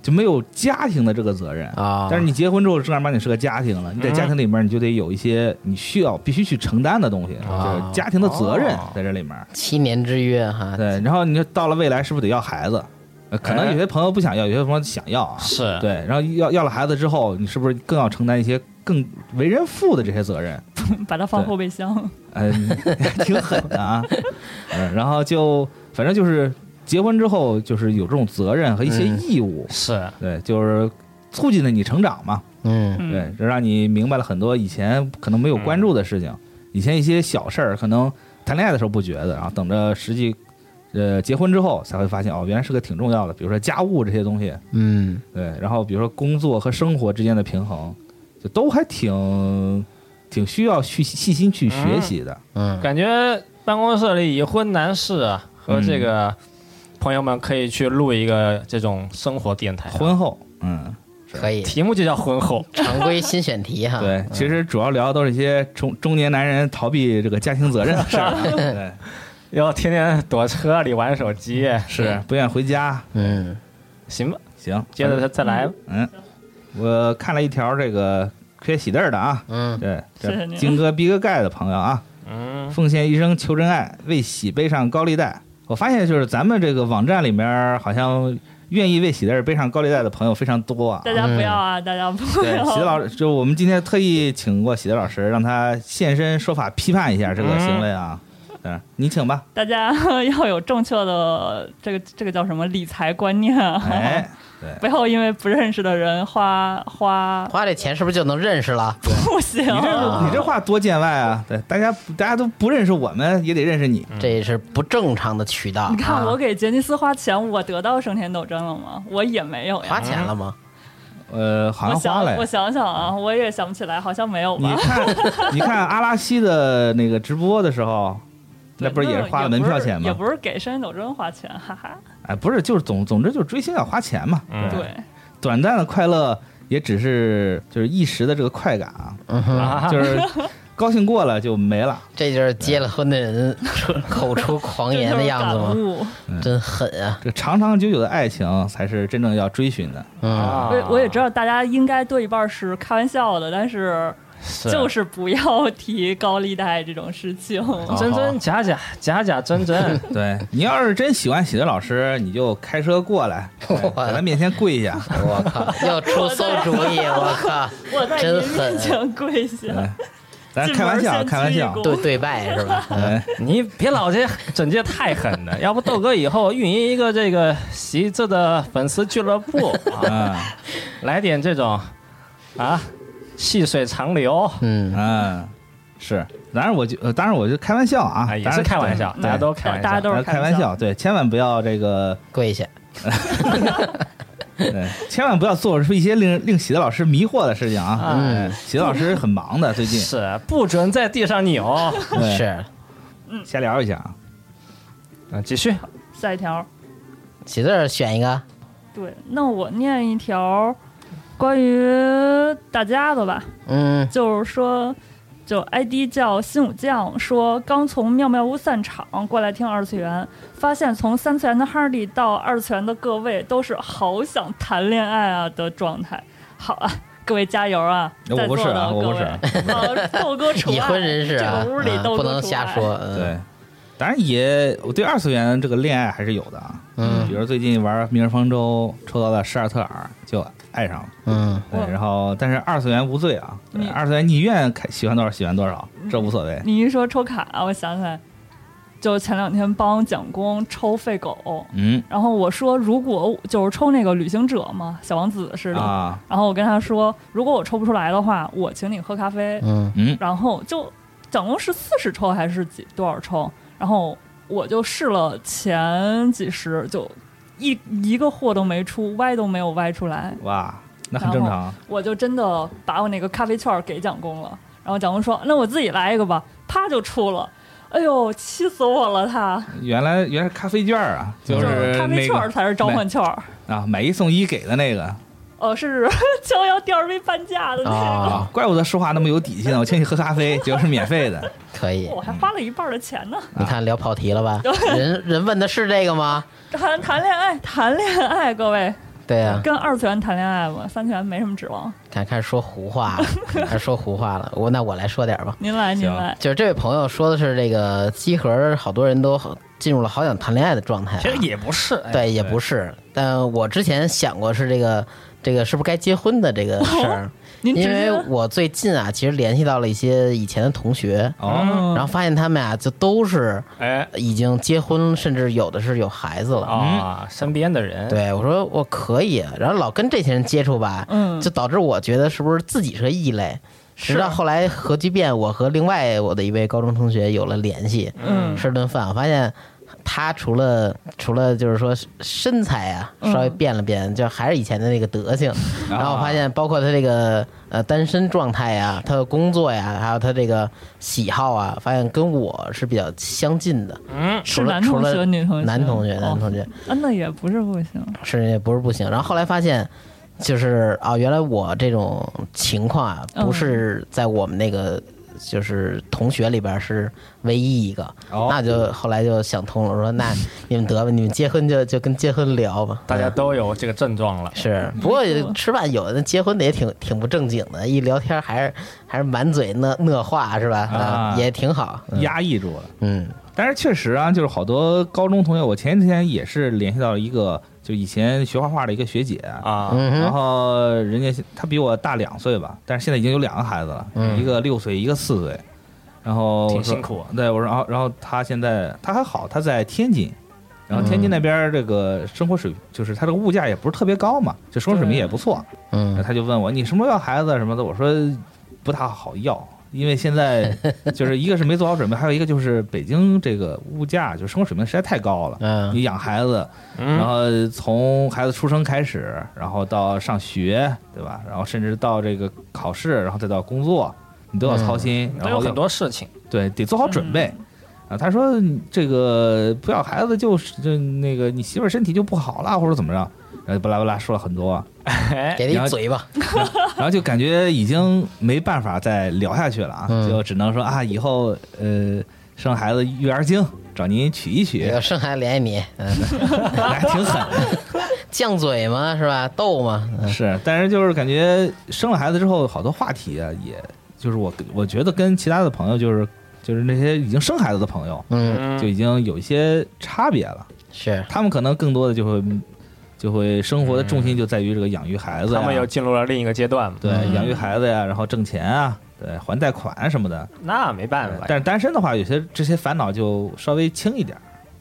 就没有家庭的这个责任啊。但是你结婚之后正儿八经是个家庭了，你在家庭里面你就得有一些你必须去承担的东西，就是家庭的责任在这里面。 7年之约哈。 对，然后你到了未来是不是得要孩子？可能有些朋友不想要，有些朋友想要啊。 是对，然后要了孩子之后，你是不是更要承担一些更为人父的这些责任？ 把它放后备箱。 挺狠的啊。然后反正就是结婚之后，就是有这种责任和一些义务。 是对，就是促进了你成长嘛。对，这让你明白了很多以前可能没有关注的事情。以前一些小事儿，可能谈恋爱的时候不觉得，然后等着实际。结婚之后才会发现原来是个挺重要的，比如说家务这些东西，对，然后比如说工作和生活之间的平衡，就都还挺需要去细心去学习的。 感觉办公室里已婚男士啊和这个朋友们可以去录一个这种生活电台， 婚后， 可以， 题目就叫婚后， 常规新选题哈。 对，其实主要聊的都是一些中年男人逃避这个家庭责任的事儿。对。 要天天躲车里玩手机， 是不愿回家。 行吧， 行， 接着再来。 我看了一条这个缺喜字的啊，对，这金哥逼个盖的朋友啊，奉献一生求真爱，为喜背上高利贷。我发现就是咱们这个网站里面好像愿意为喜字背上高利贷的朋友非常多啊。 大家不要啊，大家不要。 对，喜德老师，就我们今天特意请过喜德老师，让他现身说法批判一下这个行为啊。你请吧。 大家要有正确的这个叫什么理财观念啊！ 对， 不要因为不认识的人花这钱是不是就能认识了？ 不行， 你这话多见外啊！对，大家都不认识我们，也得认识你。 这也是不正常的渠道。 你看我给杰尼斯花钱，我得到升天斗真了吗？我也没有呀。 花钱了吗？ 好像花了。 我想想啊，我也想不起来，好像没有吧？ 你看阿拉西的那个直播的时候。那不是也是花了门票钱吗？ 也不是给升天斗真花钱，哈哈。 不是，就是总之就是追星要花钱嘛。 对， 短暂的快乐也只是就是一时的这个快感啊，就是高兴过了就没了。 这就是结了婚的人口出狂言的样子吗？真狠啊！ 这长长久久的爱情才是真正要追寻的。 我也知道大家应该多一半是开玩笑的，但是。就是不要提高利贷这种事情， 真真假假，假假真真。 对，你要是真喜欢喜德老师，你就开车过来，在他面前跪下。 我靠，要出馊主意！我靠， 我在真狠， 面前跪下。 咱开玩笑，开玩笑， 对拜是吧？ 你别老这整这太狠了，要不豆哥以后运营一个这个喜字的粉丝俱乐部啊，来点这种啊。细水长流， 是，当然我就开玩笑啊， 也是开玩笑，大家都开玩笑， 大家都是开玩笑，对，千万不要这个跪下， 对，千万不要做出一些令喜德老师迷惑的事情啊。喜德老师很忙的，最近是不准在地上扭， 是， 瞎聊一下啊，继续下一条， 喜德选一个， 对，那我念一条。关于大家的吧，就是说，就 ID 叫新武将说，刚从妙妙屋散场过来听二次元，发现从3次元的哈利到2次元的各位都是好想谈恋爱啊的状态。好啊，各位加油啊！ 我不是啊，我不是， 豆哥除外， 已婚人士啊， 这个屋里豆哥不能瞎说。 对，当然我对2次元这个恋爱还是有的啊。比如最近玩《明日方舟》抽到了12特尔就爱上了。对，然后但是2次元无罪啊，2次元你愿喜欢多少喜欢多少，这无所谓。 你一说抽卡，我想起来，就前2天帮蒋工抽废狗，然后我说如果就是抽那个旅行者嘛，小王子似的啊，然后我跟他说，如果我抽不出来的话，我请你喝咖啡。然后就蒋工是40抽还是多少抽？然后我就试了前几十，就一个货都没出，歪都没有歪出来。 哇，那很正常。 我就真的把我那个咖啡券给蒋工了，然后蒋工说：“那我自己来一个吧。”啪就出了，哎呦，气死我了！他原来咖啡券啊，就是咖啡券才是召唤券啊，买1送1给的那个。 是逍遥第2杯半价的那个。 怪不得说话那么有底气呢！我请你喝咖啡，结果是免费的。 可以， 我还花了一半的钱呢。 你看聊跑题了吧？人问的是这个吗？ 谈恋爱，各位对呀， 跟二次元谈恋爱吧，三次元没什么指望。 开始说胡话了，开始说胡话了。那我来说点吧。 您来。 就是这位朋友说的是这个集合，好多人都进入了好想谈恋爱的状态。 其实也不是， 对，也不是。但我之前想过是这个是不是该结婚的这个事儿。因为我最近啊，其实联系到了一些以前的同学，然后发现他们啊就都是已经结婚，甚至有的是有孩子了啊。身边的人， 对我说我可以，然后老跟这些人接触吧，就导致我觉得是不是自己是个异类。直到后来核聚变，我和另外我的一位高中同学有了联系，吃顿饭，我发现。他除了就是说身材啊稍微变了变，就还是以前的那个德行。然后我发现，包括他这个单身状态呀，他的工作呀，还有他这个喜好啊，发现跟我是比较相近的。 是男同学、女同学？ 男同学。 那也不是不行， 是也不是不行。然后后来发现，就是原来我这种情况啊，不是在我们那个。就是同学里边是唯一一个，那就后来就想通了，说那你们得吧，你们结婚就跟结婚聊吧， 大家都有这个症状了。 是，不过吃饭有的结婚的也挺不正经的，一聊天还是满嘴那话是吧？也挺好， 压抑住了。但是确实啊，就是好多高中同学，我前几天也是联系到了一个。就以前学画画的一个学姐啊，然后人家她比我大2岁吧，但是现在已经有2个孩子了，一个6岁，一个4岁，然后挺辛苦。 对，我说，然后她现在她还好，她在天津，然后天津那边这个生活水平，就是它这个物价也不是特别高嘛，就生活水平也不错。她就问我你什么时候要孩子什么的，我说不太好要。因为现在就是一个是没做好准备，还有一个就是北京这个物价，就生活水平实在太高了。你养孩子，然后从孩子出生开始，然后到上学，对吧？然后甚至到这个考试，然后再到工作，你都要操心，然后有很多事情， 对，得做好准备。他说这个不要孩子就那个你媳妇儿身体就不好了，或者怎么着，然后巴拉巴拉说了很多。 给他一嘴巴， 然后就感觉已经没办法再聊下去了啊，就只能说啊，以后生孩子育儿经找您取一取， 生孩子联系你， 还挺狠的， 犟嘴嘛是吧？逗嘛是，但是就是感觉生了孩子之后，好多话题啊，也就是我觉得跟其他的朋友就是那些已经生孩子的朋友，就已经有一些差别了， 是他们可能更多的就会生活的重心就在于这个养育孩子呀， 他们又进入了另一个阶段嘛。 对，养育孩子呀，然后挣钱啊，对，还贷款什么的。 那没办法。 但是单身的话，有些这些烦恼就稍微轻一点。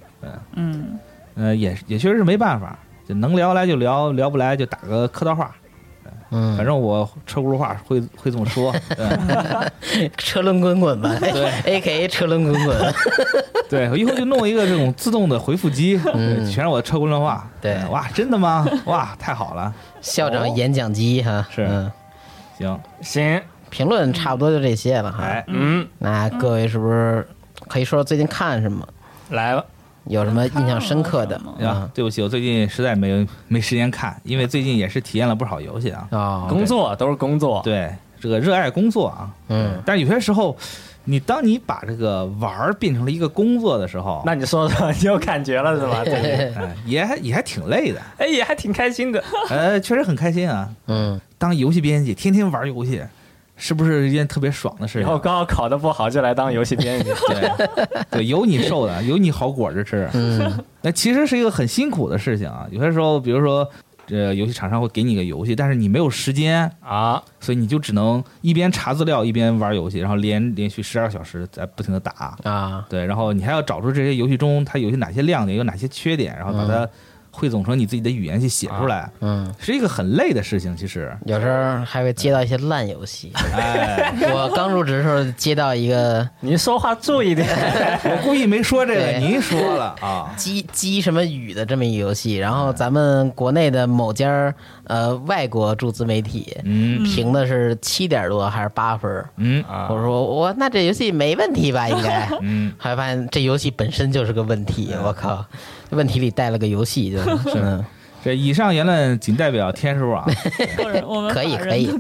也确实是没办法，就能聊来就聊，聊不来就打个客套话。反正我车轱辘话会这么说。 车轮滚滚吧，对 ，AKA 车轮滚滚。 对，我一会儿就弄一个这种自动的回复机，全是我的车轱辘话。 对， 哇，真的吗？哇，太好了！ 校长演讲机哈， 是，行， 评论差不多就这些了哈。那各位是不是可以说说最近看什么？ 来吧。 有什么印象深刻的啊？对不起，我最近实在没时间看，因为最近也是体验了不少游戏啊。 工作都是工作， 对，这个热爱工作啊。但是有些时候，当你把这个玩变成了一个工作的时候， 那你说说就有感觉了是吧？ 也还挺累的， 也还挺开心的。 确实很开心啊。当游戏编辑，天天玩游戏。是不是一件特别爽的事情？ 以后刚好考得不好就来当游戏编辑， 对，有你受的，有你好果子吃。那其实是一个很辛苦的事情啊。有些时候，比如说，游戏厂商会给你个游戏，但是你没有时间啊，所以你就只能一边查资料一边玩游戏，然后连续12个小时在不停的打啊。对，然后你还要找出这些游戏中它有些哪些亮点，有哪些缺点，然后把它汇总成你自己的语言去写出来，是一个很累的事情。其实有时候还会接到一些烂游戏。我刚入职的时候接到一个， 您说话注意点， 我故意没说这个，您说了啊， 积什么语的这么一个游戏，然后咱们国内的某家外国注资媒体，评的是7点多还是8分？我说那这游戏没问题吧？应该，后来发现这游戏本身就是个问题，我靠，问题里带了个游戏就。是， 这以上言论仅代表天叔啊， 我们可以，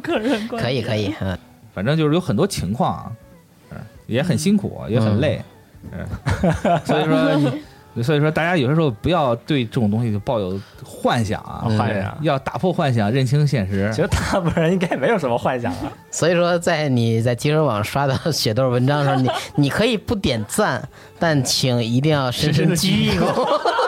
反正就是有很多情况啊，也很辛苦，也很累，所以说所以说大家有的时候不要对这种东西就抱有幻想啊，要打破幻想，认清现实。 其实大部分人应该没有什么幻想啊。 所以说，你在集合网刷到雪豆文章的时候，你可以不点赞，但请一定要深深鞠一躬。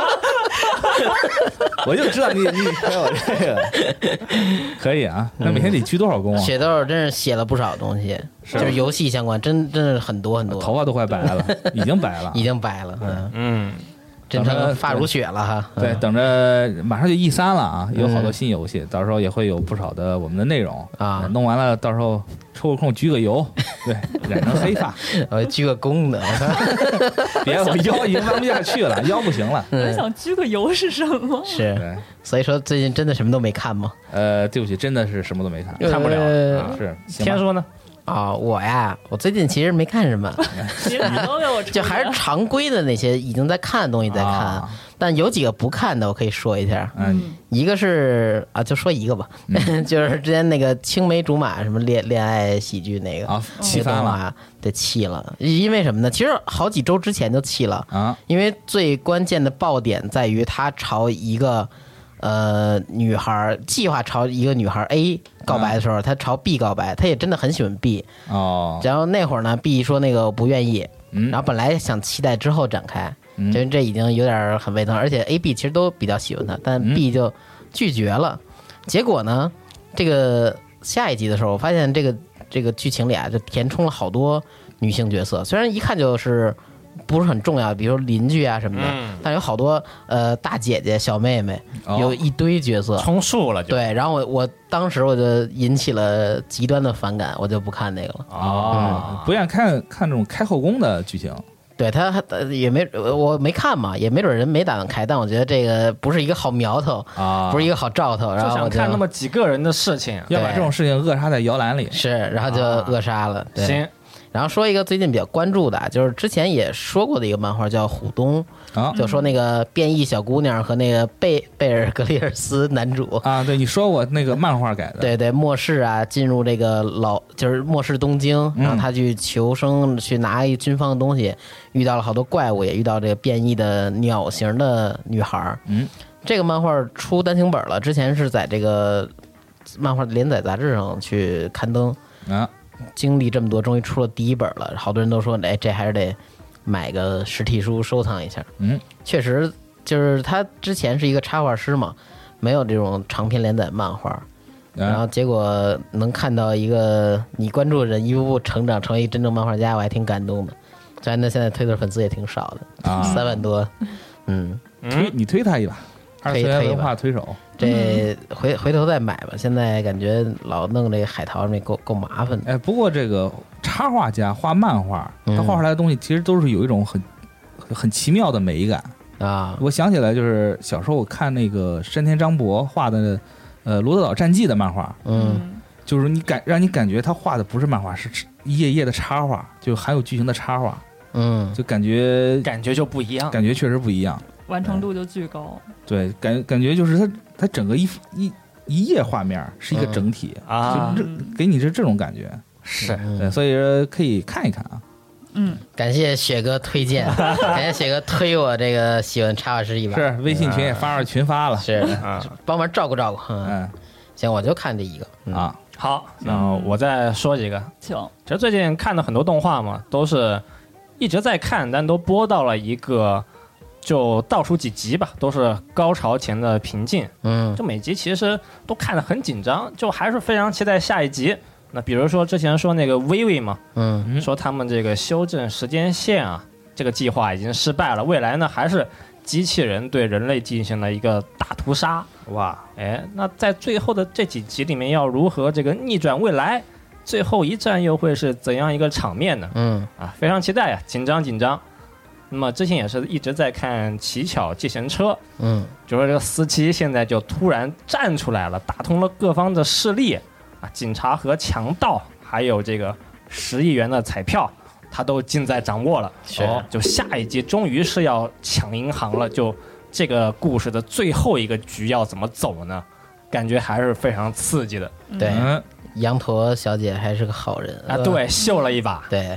我就知道你还有这个，可以啊。那每天得鞠多少躬啊？ 雪豆真是写了不少东西，就是游戏相关，真是很多很多。 头发都快白了，已经白了， 已经白了。真成发如雪了哈。 对，等着马上就E3了啊，有好多新游戏，到时候也会有不少的我们的内容啊。弄完了，到时候抽个空鞠个油，对，染成黑发， 我鞠个躬的。 别，我腰已经弯不下去了，腰不行了。 我想鞠个油是什么？ 是，所以说最近真的什么都没看吗？ 对不起，真的是什么都没看， 看不了。 是， 天说呢？ 我最近其实没看什么， 你都给我就还是常规的那些已经在看的东西在看，但有几个不看的我可以说一下。一个是就说一个吧，就是之前那个青梅竹马什么恋爱喜剧那个气翻了， 对，气了。因为什么呢？其实好几周之前就气了啊，因为最关键的爆点在于他朝一个女孩计划朝一个女孩 A 告白的时候，他朝 B 告白，他也真的很喜欢 B 哦。然后那会儿呢 ，B 说那个我不愿意，然后本来想期待之后展开，因为这已经有点很胃疼，而且 A、B 其实都比较喜欢他，但 B 就拒绝了。结果呢，这个下一集的时候，我发现这个剧情里啊，就填充了好多女性角色，虽然一看就是不是很重要，比如说邻居啊什么的，但有好多大姐姐、小妹妹，有一堆角色充数了就。 对，然后我当时我就引起了极端的反感，我就不看那个了。 不愿意看这种开后宫的剧情。 对，他也没我没看嘛，也没准人没打算开，但我觉得这个不是一个好苗头啊，不是一个好兆头。然后就想看那么几个人的事情， 要把这种事情扼杀在摇篮里。 是，然后就扼杀了。 行。 然后说一个最近比较关注的，就是之前也说过的一个漫画叫《虎东》，就说那个变异小姑娘和那个贝尔格里尔斯男主啊，对你说过那个漫画改的， 对，末世啊，进入这个就是末世东京，然后他去求生，去拿一军方的东西，遇到了好多怪物，也遇到这个变异的鸟型的女孩。这个漫画出单行本了，之前是在这个漫画连载杂志上去刊登啊。经历这么多，终于出了第一本了，好多人都说，这还是得买个实体书收藏一下。确实，就是他之前是一个插画师嘛，没有这种长篇连载漫画，然后结果能看到一个你关注的人一步步成长，成为一真正漫画家，我还挺感动的。虽然他现在推特粉丝也挺少的，3万多。 你推他一把，二次元文化推手。 这回头再买吧，现在感觉老弄这个海淘那够麻烦的。 不过这个插画家画漫画，他画出来的东西其实都是有一种很奇妙的美感啊。我想起来，就是小时候我看那个山田章博画的罗德岛战记的漫画，就是让你感觉他画的不是漫画，是一页页的插画，就含有剧情的插画，就感觉就不一样， 感觉确实不一样。 完成度就巨高， 对，感觉就是它整个一页画面是一个整体啊，就给你这种感觉是， 所以可以看一看啊。 感谢雪哥推荐，感谢雪哥推我这个喜欢插画师一把， 是微信群也发了群发了， 是帮忙照顾。行，我就看这一个啊。好，那我再说几个。 请， 其实最近看的很多动画嘛，都是一直在看，但都播到了一个。就倒数几集吧，都是高潮前的平静。就每集其实都看得很紧张，就还是非常期待下一集。那比如说之前说那个薇薇嘛，说他们这个修正时间线啊，这个计划已经失败了，未来呢还是机器人对人类进行了一个大屠杀。哇，那在最后的这几集里面要如何这个逆转未来？最后一战又会是怎样一个场面呢？非常期待呀，紧张。那么之前也是一直在看《奇巧计程车》，就说这个司机现在就突然站出来了，打通了各方的势力啊，警察和强盗，还有这个10亿元的彩票，他都尽在掌握了。就下一集终于是要抢银行了，就这个故事的最后一个局要怎么走呢？感觉还是非常刺激的。 对，羊驼小姐还是个好人啊，对，秀了一把。 对。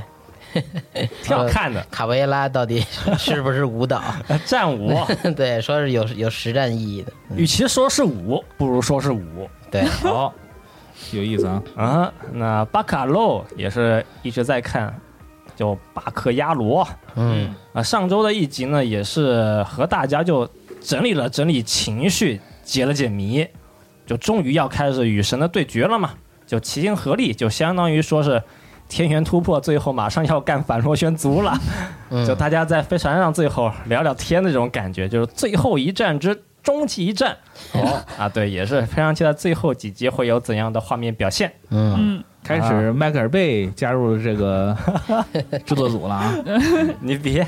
挺好看的。 卡布耶拉到底是不是舞蹈？ 战舞， 对，说是有实战意义的。 与其说是舞，不如说是舞。 对， 好，有意思啊。那巴卡洛也是一直在看，就巴克亚罗。上周的一集呢，也是和大家就整理了整理情绪，解了解谜，就终于要开始与神的对决了嘛。就齐心合力，就相当于说是天元突破，最后马上要干反螺旋族了。就大家在飞船上最后聊聊天的这种感觉，就是最后一战之终极一战。对，也是非常期待最后几集会有怎样的画面表现。 开始迈克尔贝加入了这个制作组了啊！ 你别，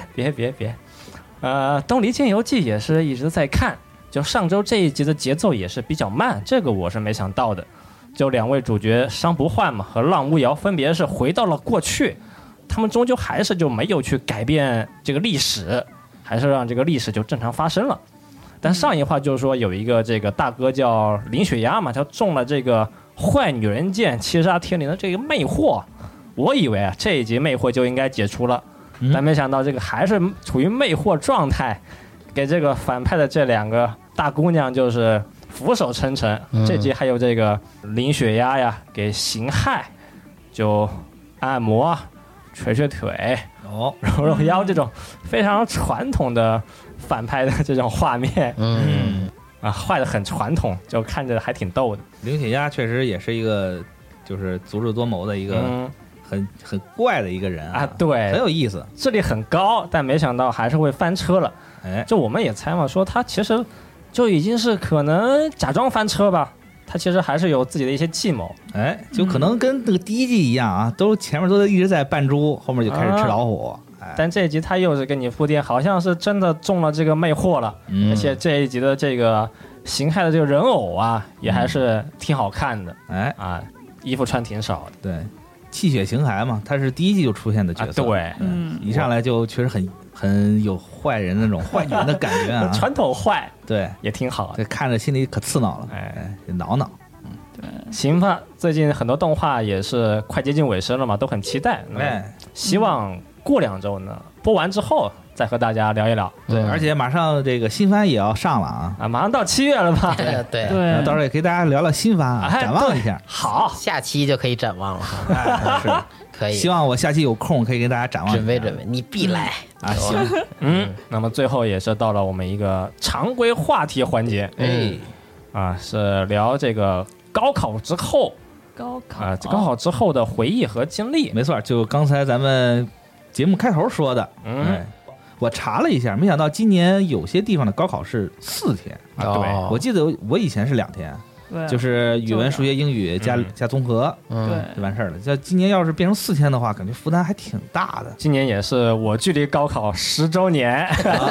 东离剑游记也是一直在看，就上周这一集的节奏也是比较慢，这个我是没想到的。就两位主角商不换嘛和浪巫瑶分别是回到了过去，他们终究还是就没有去改变这个历史，还是让这个历史就正常发生了。但上一话就是说有一个这个大哥叫林雪鸭嘛，他中了这个坏女人剑七杀天灵的这个魅惑，我以为这一集魅惑就应该解除了，但没想到这个还是处于魅惑状态，给这个反派的这两个大姑娘就是俯首称臣。这集还有这个林雪鸭呀给形骸，就按摩捶腿揉揉腰，这种非常传统的反派的这种画面。画的很传统，就看着还挺逗的。 林雪鸭确实也是一个就是足智多谋的一个很怪的一个人啊， 对， 很有意思， 智力很高，但没想到还是会翻车了。就我们也猜嘛，说他其实就已经是可能假装翻车吧，他其实还是有自己的一些计谋。 就可能跟那个第一季一样啊，都前面都一直在扮猪，后面就开始吃老虎。 但这一集他又是跟你铺垫，好像是真的中了这个魅惑了，而且这一集的这个形骸的这个人偶啊，也还是挺好看的。衣服穿挺少的。 对，气血形骸嘛，他是第一季就出现的角色。 对， 一上来就确实很有坏人那种坏女人的感觉啊， 传统坏， 对， 也挺好的， 看着心里可刺挠了，挠挠。 对，行吧，最近很多动画也是快接近尾声了嘛，都很期待。希望过2周呢，播完之后再和大家聊一聊。 对，而且马上这个新番也要上了啊， 马上到7月了吧？ 对， 到时候也给大家聊聊新番展望一下。 好， 下期就可以展望了。 是， 可以。 希望我下期有空可以给大家展望。 准备，你必来啊！行， 那么最后也是到了我们一个常规话题环节，是聊这个高考之后。高考之后的回忆和经历。 没错，就刚才咱们节目开头说的。我查了一下，没想到今年有些地方的高考是4天啊。对， 我记得我以前是2天，就是语文、数学、英语加综合，就完事儿了。这今年要是变成4天的话，感觉负担还挺大的。 今年也是我距离高考10周年。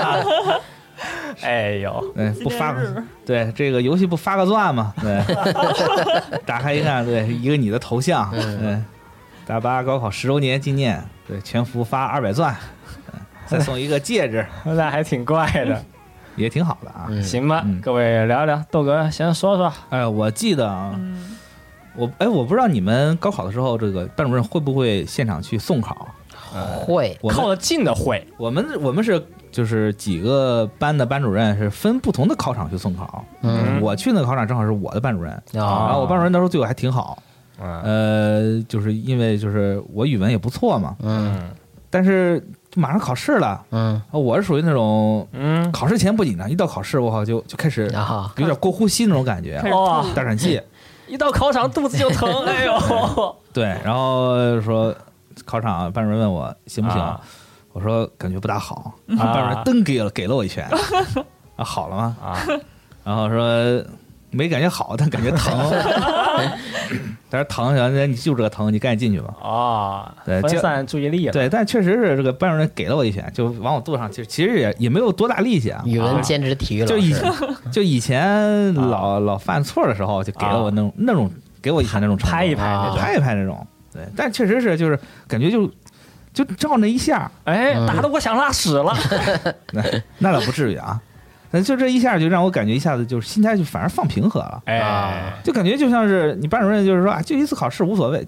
哎呦， 不发对这个游戏不发个钻嘛？对，打开一看，对，一个你的头像，大巴高考10周年纪念，对，全服发200钻，再送一个戒指， 那还挺怪的， 也挺好的啊。 行吧，各位聊一聊，豆哥先说说。 我记得啊，我不知道你们高考的时候，这个班主任会不会现场去送考？ 会， 靠得近的会。 我们是。就是几个班的班主任是分不同的考场去送考，我去那个考场正好是我的班主任，然后我班主任那时候对我还挺好，就是因为就是我语文也不错嘛，但是马上考试了，我是属于那种，考试前不紧张，一到考试我靠就开始有点过呼吸那种感觉，大喘气， 一到考场肚子就疼，哎呦， 对，然后说考场班主任问我行不行？我说感觉不大好，班主任噔给了我一拳，好了吗？然后说没感觉好，但感觉疼，但是疼，你就这个疼，你赶紧进去吧。对， 分散注意力了。 对，但确实是这个班主任给了我一拳，就往我肚子上，其实也没有多大力气啊。 语文兼职体育老师， 就以前老犯错的时候，就给了我那种给我一拳那种拍一拍那种。对，但确实是就是感觉就照那一下， 打得我想拉屎了。 那倒不至于啊，就这一下就让我感觉一下子就是心态就反而放平和了，就感觉就像是你班主任就是说就一次考试无所谓，就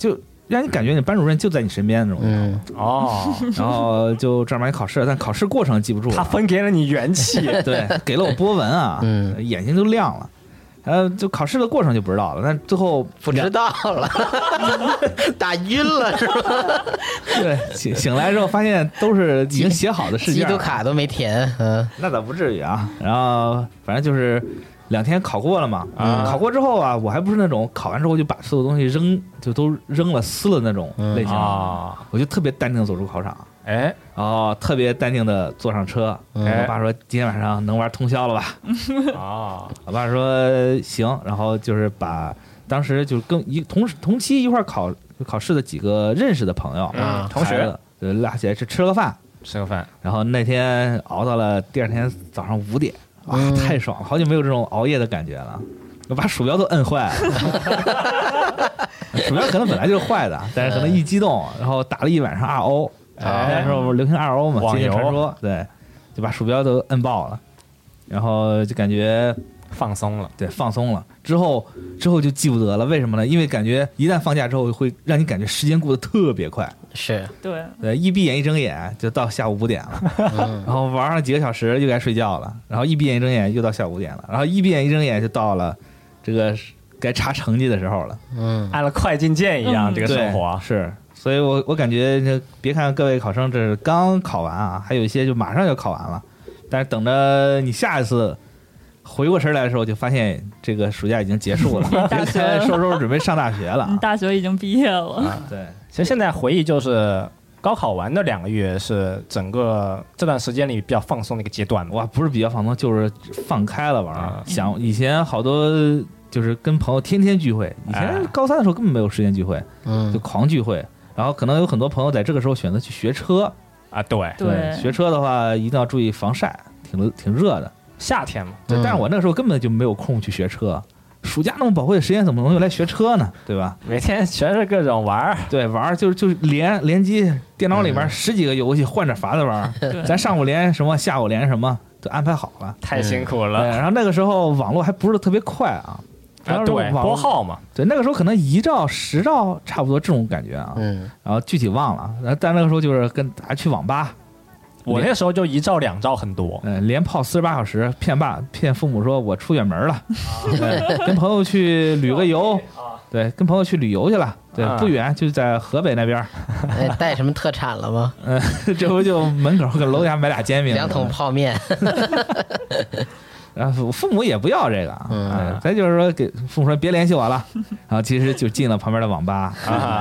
让你感觉你班主任就在你身边那种。然后就正儿八经考试，但考试过程记不住了。 他分给了你元气， 对，给了我波纹啊，眼睛就亮了。就考试的过程就不知道了，但最后不知道了，打晕了是吧？ 对，醒来之后发现都是已经写好的试卷， 记读卡都没填， 那倒不至于啊。然后反正就是2天考过了嘛，考过之后啊，我还不是那种考完之后就把所有东西都扔了撕了那种类型啊，我就特别淡定的走出考场。特别淡定的坐上车。我爸说今天晚上能玩通宵了吧？我爸说行，然后就是把当时就跟同期一块考试的几个认识的朋友同学就拉起来吃了个饭，然后那天熬到了第2天早上5点，哇，太爽了，好久没有这种熬夜的感觉了。我把鼠标都摁坏了，鼠标可能本来就是坏的，但是可能一激动，然后打了一晚上RO。那时候流行2O嘛，《仙剑传说》，对，就把鼠标都摁爆了，然后就感觉放松了， 对，放松了。之后就记不得了，为什么呢？因为感觉一旦放假之后，会让你感觉时间过得特别快。 是， 对， 一闭眼一睁眼就到下午5点了，然后玩上几个小时就该睡觉了，然后一闭眼一睁眼又到下午5点了，然后一闭眼一睁眼就到了这个该查成绩的时候了。 按了快进键一样，这个生活是。所以我感觉，别看各位考生这是刚考完啊，还有一些就马上要考完了，但是等着你下一次回过神来的时候，就发现这个暑假已经结束了， 大学收准备上大学了。 大学已经毕业了。 对， 其实现在回忆就是高考完的2个月是整个这段时间里比较放松的一个阶段。 哇，不是比较放松，就是放开了玩。想以前好多就是跟朋友天天聚会，以前高3的时候根本没有时间聚会，就狂聚会。然后可能有很多朋友在这个时候选择去学车啊，对， 学车的话一定要注意防晒，挺热的， 夏天嘛。 对，但是我那个时候根本就没有空去学车，暑假那么宝贵的时间怎么能用来学车呢？对吧？ 每天全是各种玩， 对，玩就是联机，电脑里面10几个游戏换着法子玩，咱上午连什么，下午连什么，都安排好了， 太辛苦了。 然后那个时候网络还不是特别快啊。 对，拨号嘛， 对，那个时候可能1兆10兆差不多这种感觉啊，然后具体忘了，但那个时候就是跟大家去网吧， 我那时候就1兆2兆很多， 连泡48小时，骗父母说我出远门了，跟朋友去旅个游，对，跟朋友去旅游去了，对，不远就在河北那边。 带什么特产了吗？ 这不就门口跟楼下买俩煎饼 ，2桶泡面。 然后父母也不要这个，咱就是说给父母说别联系我了，然后其实就进了旁边的网吧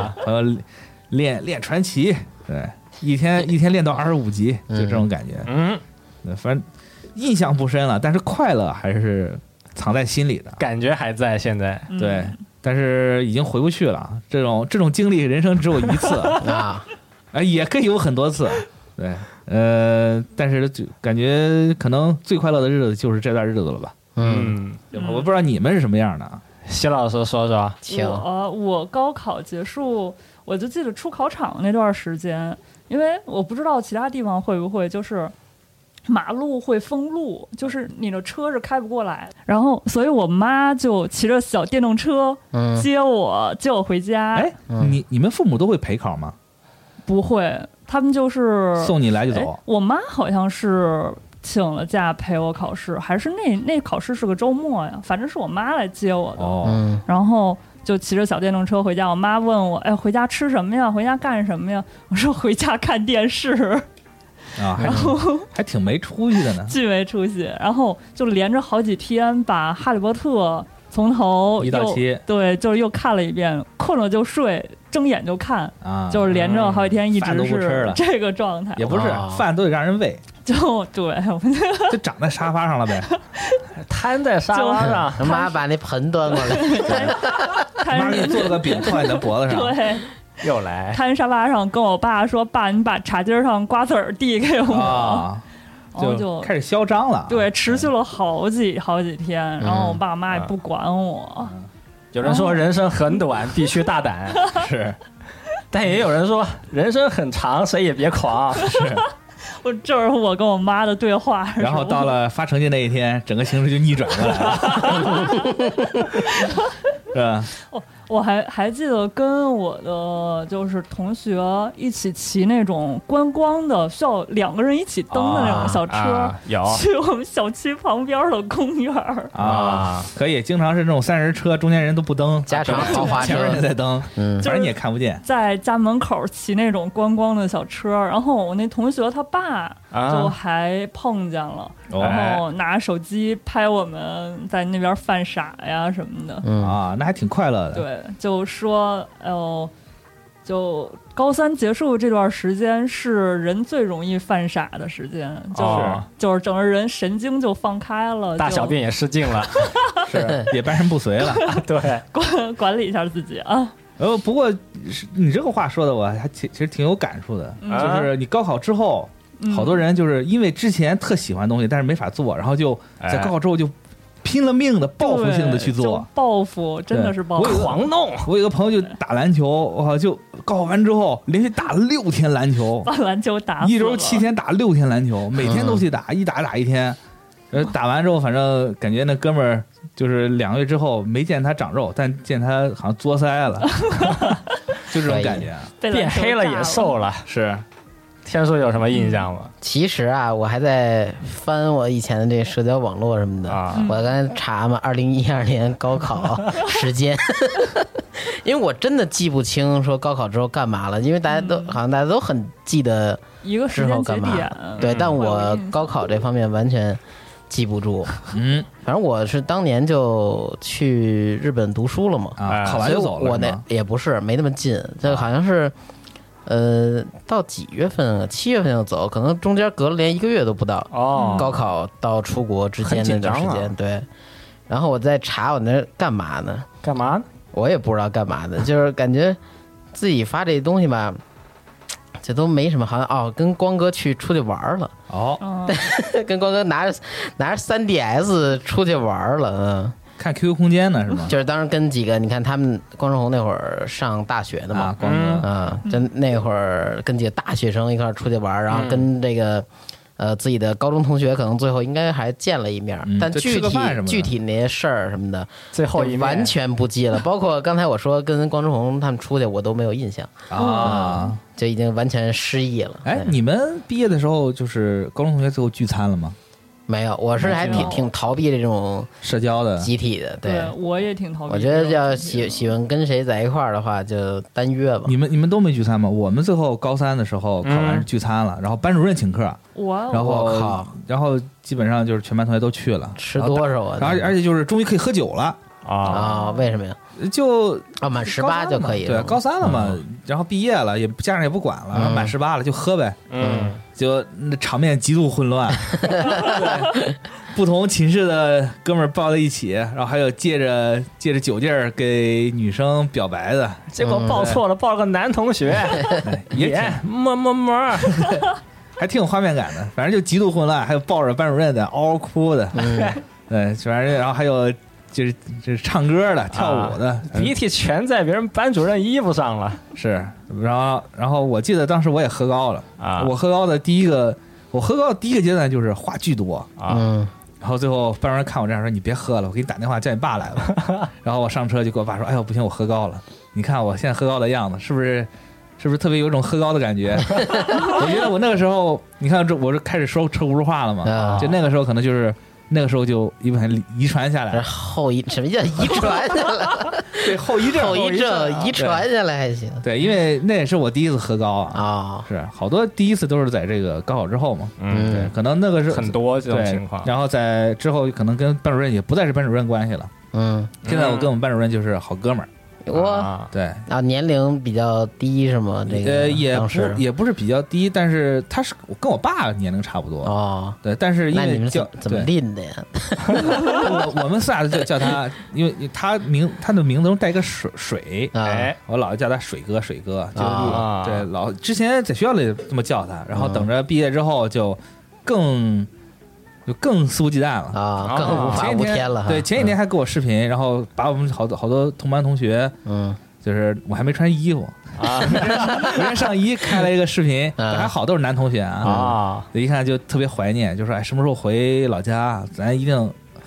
练传奇，对，一天练到25级，就这种感觉。反正印象不深了，但是快乐还是藏在心里的， 感觉还在现在。 对，但是已经回不去了，这种经历人生只有1次啊，也可以有很多次，对。但是就感觉可能最快乐的日子就是这段日子了吧。我不知道你们是什么样的。 谢老师说说。 我高考结束，我就记得出考场那段时间，因为我不知道其他地方会不会，就是马路会封路，就是你的车是开不过来，然后所以我妈就骑着小电动车接我回家。 你们父母都会陪考吗？ 不会。他们就是送你来就走。 我妈好像是请了假陪我考试，还是那考试是个周末呀？反正是我妈来接我的。然后就骑着小电动车回家。我妈问我：“回家吃什么呀？回家干什么呀？”我说：“回家看电视。”然后还挺没出息的呢， 巨没出息。然后就连着好几天把《哈利波特》从头 1到7， 对，就是又看了一遍，困了就睡。睁眼就看就是连着好几天一直是这个状态。 也不是，饭都得让人喂， 就对， 就长在沙发上了呗， 瘫在沙发上。 妈把那盆端过来， 妈给你做了个饼套在你的脖子上。 对， 又来瘫沙发上跟我爸说：“爸，你把茶几上瓜子儿递给我。” 就开始嚣张了。 对，持续了好几天，然后我爸妈也不管我。 有人说人生很短，必须大胆， 是， 但也有人说人生很长，谁也别狂， 是。 这是我跟我妈的对话。 然后到了发成绩那一天，整个形势就逆转过来了，是吧？ 我还记得跟我的就是同学一起骑那种观光的，需要2个人一起蹬的那种小车， 有去我们小区旁边的公园可以，经常是这种3人车，中间人都不蹬， 加长豪华车， 前面人在蹬，反正你也看不见， 在家门口骑那种观光的小车，然后我那同学他爸就还碰见了，然后拿手机拍我们在那边犯傻呀什么的， 那还挺快乐的。 对，就说就高3结束这段时间是人最容易犯傻的时间，就是整个人神经就放开了， 大小便也失禁了， 是也半身不遂了。 对， 管理一下自己啊。 不过你这个话说的我还其实挺有感触的，就是你高考之后，好多人就是因为之前特喜欢东西，但是没法做，然后就在高考之后就拼了命的报复性的去做， 报复真的是报复， 狂弄。 我有个朋友就打篮球，我就高考完之后连续打了6天篮球， 把篮球打死了， 一周7天打6天篮球，每天都去打，一打1天。打完之后，反正感觉那哥们儿就是2个月之后没见他长肉，但见他好像作腮了，就这种感觉。 变黑了也瘦了， 是。 天叔有什么印象吗？ 其实啊，我还在翻我以前的这社交网络什么的，我刚才查嘛，2012年高考时间，因为我真的记不清说高考之后干嘛了，因为大家都很记得一个时间节点， 对，但我高考这方面完全记不住。反正我是当年就去日本读书了嘛， 考完就走了。 我那也不是没那么近，这好像是。到几月份？7月份就走，可能中间隔了连1个月都不到。高考到出国之间那段时间，对。然后我在查我那干嘛呢？ 干嘛？ 我也不知道干嘛的，就是感觉自己发这东西吧，这都没什么，好像跟光哥出去玩了。跟光哥拿着 3DS 出去玩了， 看 QQ 空间呢是吗？ 就是当时跟几个，你看他们光正红那会儿上大学的嘛， 光哥就那会儿跟几个大学生一块出去玩，然后跟这个自己的高中同学可能最后应该还见了一面，但具体那些事儿什么的， 最后一完全不记了。包括刚才我说跟光正红他们出去，我都没有印象就已经完全失忆了。 你们毕业的时候就是高中同学最后聚餐了吗？ 没有，我是还挺逃避这种社交的集体的，对， 我也挺逃避。 我觉得要喜欢跟谁在一块儿的话，就单约吧。 你们都没聚餐吗？我们最后高3的时候考完聚餐了，然后班主任请客，然后基本上就是全班同学都去了， 吃多少啊？ 而且就是终于可以喝酒了为什么呀？ 就满18就可以了， 对，高3了嘛，然后毕业了，家长也不管了，然后满18了就喝呗，就那场面极度混乱，对，不同寝室的哥们儿抱在一起，然后还有借着酒劲儿给女生表白的， 结果抱错了，抱了个男同学，也么么么， 还挺有画面感的，反正就极度混乱，还有抱着班主任的嗷嗷哭的，对，反正然后还有。就是唱歌的、跳舞的， 鼻涕全在别人班主任衣服上了。 是，然后我记得当时我也喝高了我喝高的第一个阶段就是话巨多然后最后班主任看我这样说：“你别喝了，我给你打电话叫你爸来了。”然后我上车就跟我爸说：“哎呦，不行，我喝高了，你看我现在喝高的样子，是不是特别有一种喝高的感觉？”我觉得我那个时候，你看我这开始说车轱辘话了嘛，就那个时候可能就是。那个时候就一部分遗传下来， 什么叫遗传下来？ 对，后遗症遗传下来还行。 对，因为那也是我第一次喝高是好多第一次都是在这个高考之后嘛。对，可能那个是很多这种情况。 然后在之后可能跟班主任也不再是班主任关系了。现在我跟我们班主任就是好哥们儿。对年龄比较低是吗？这个也不是比较低，但是他是跟我爸年龄差不多对，但是因为怎么拎的呀？ 我们仨就叫他，因为他的名字中带个水我老叫他水哥，对，之前在学校里这么叫他，然后等着毕业之后就更肆无忌惮了更无法无天了。 对，前几天还给我视频，然后把我们好多同班同学，就是我还没穿衣服没人上衣，开了一个视频，还好都是男同学一看就特别怀念，就说什么时候回老家，咱一定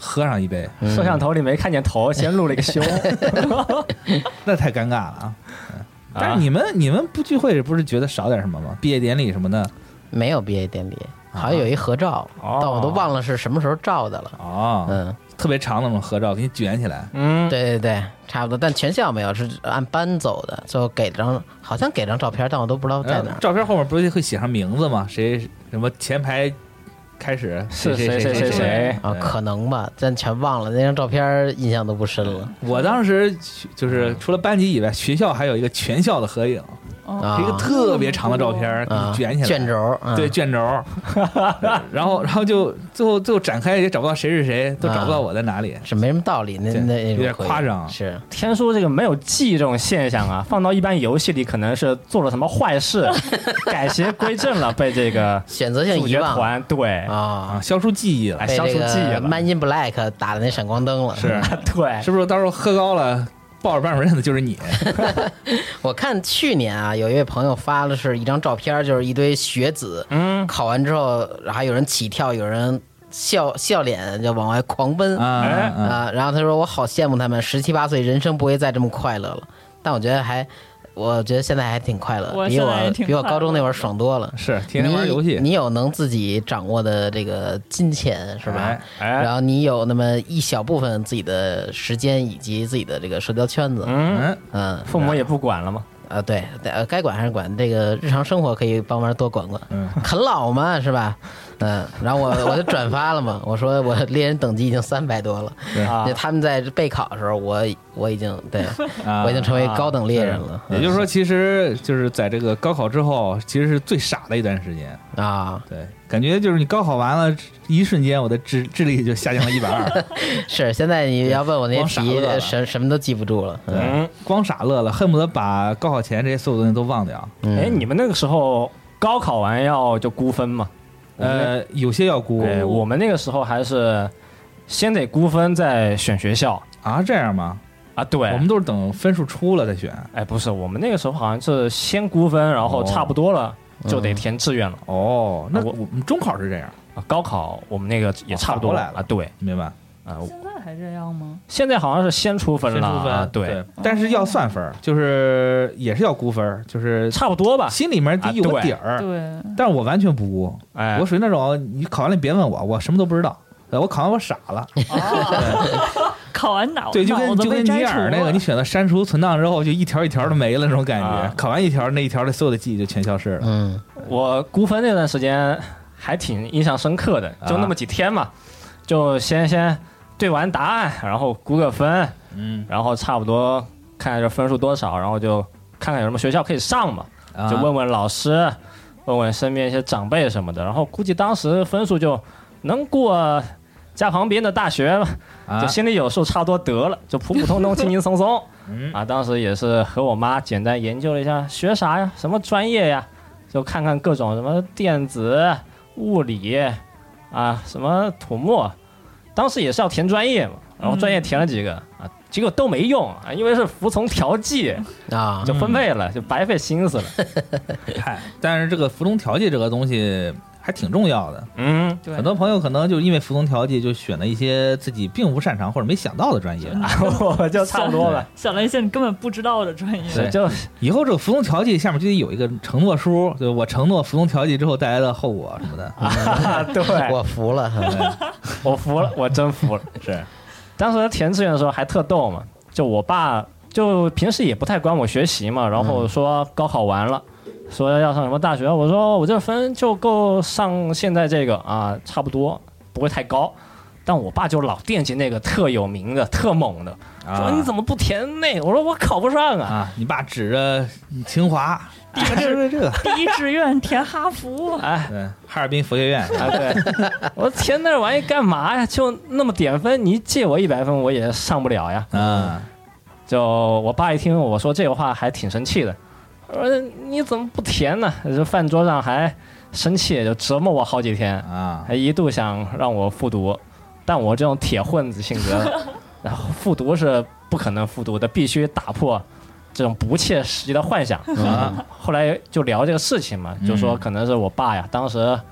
喝上一杯， 摄像头里没看见头，先录了一个胸， 那太尴尬了啊！但是你们不聚会不是觉得少点什么吗？毕业典礼什么的没有毕业典礼，好像有一合照，但我都忘了是什么时候照的了。 哦，特别长的那种合照，给你卷起来。 对，差不多。但全校没有，是按班走的，最后好像给张照片，但我都不知道在哪。 照片后面不是会写上名字吗？谁什么前排开始是谁啊？可能吧，但全忘了，那张照片印象都不深了。 我当时就是除了班级以外，学校还有一个全校的合影。一个特别长的照片，给你卷起来， 卷轴， 对，卷轴，然后就最后展开也找不到谁是谁，都找不到我在哪里， 是没什么道理，那有点夸张。 是天书这个没有记忆这种现象啊，放到一般游戏里可能是做了什么坏事，改邪归正了，被这个选择性遗忘， 对啊，消除记忆了， 消除记忆了 ，Man in Black 打的那闪光灯了， 是， 对， 是不是到时候喝高了？抱着班主任的就是你。 我看去年啊，有一位朋友发的是一张照片，就是一堆学子，考完之后，还有人起跳，有人笑脸就往外狂奔然后他说我好羡慕他们，17、18岁人生不会再这么快乐了。但我觉得现在还挺快乐，比我高中那会儿爽多了。 是天天玩游戏， 你有能自己掌握的这个金钱是吧？然后你有那么一小部分自己的时间以及自己的这个社交圈子， 父母也不管了吗？ 对，该管还是管，这个日常生活可以帮忙多管管，啃老嘛是吧？然后我就转发了嘛，我说我猎人等级已经300多了，他们在备考的时候，我已经我已经成为高等猎人了。 也就是说，其实就是在这个高考之后，其实是最傻的一段时间啊。 对，感觉就是你高考完了，一瞬间我的智力就下降了120。 是，现在你要问我那些题，什么都记不住了。 光傻乐了，恨不得把高考前这些所有东西都忘掉。 你们那个时候高考完要就估分吗？ 有些要估， 我们那个时候还是先得估分再选学校啊，这样吗？ 啊，对， 我们都是等分数出了再选。 不是，我们那个时候好像是先估分，然后差不多了就得填志愿了。 哦，那我们中考是这样啊，高考我们那个也差不多了啊，对， 明白。 现在还这样吗？ 现在好像是先出分了，对， 但是要算分，就是也是要估分，就是差不多吧， 心里面得有个底儿。 对， 但是我完全不估，我属于那种你考完了别问我什么都不知道，我考完我傻了。 考完脑对，就跟尼尔那个，你选择删除存档之后，就一条一条的没了那种感觉。考完一条，那一条的所有的记忆就全消失了。 我估分那段时间还挺印象深刻的，就那么几天嘛，就先对完答案，然后估个分，然后差不多看看这分数多少，然后就看看有什么学校可以上嘛，就问问老师，问问身边一些长辈什么的，然后估计当时分数就能过家旁边的大学了，就心里有数，差不多得了，就普普通通、轻轻松松。当时也是和我妈简单研究了一下学啥呀，什么专业呀，就看看各种什么电子、物理什么土木。当时也是要填专业嘛，然后专业填了几个结果都没用因为是服从调剂就分配了，就白费心思了。 但是这个服从调剂这个东西还挺重要的。 对， 很多朋友可能就因为服从调剂，就选了一些自己并不擅长或者没想到的专业。 我就差不多了， 选了一些你根本不知道的专业。 对，就以后这个服从调剂下面就得有一个承诺书，就我承诺服从调剂之后带来的后果什么的。 对， 我服了， 我服了，我真服了。 是， 当时填志愿的时候还特逗嘛，就我爸就平时也不太管我学习嘛，然后说高考完了。说要上什么大学，我说我这分就够上现在这个差不多不会太高，但我爸就老惦记那个特有名的特猛的，说你怎么不填那个？我说我考不上你爸指着清华， 第一志愿填哈佛， 对，哈尔滨佛学院对，我填那玩意干嘛呀？就那么点分，你借我100分我也上不了呀。就我爸一听我说这个话还挺生气的。我说你怎么不填呢？这饭桌上还生气，就折磨我好几天还一度想让我复读，但我这种铁混子性格，然后复读是不可能复读的，必须打破这种不切实际的幻想。后来就聊这个事情嘛，就说可能是我爸呀，当时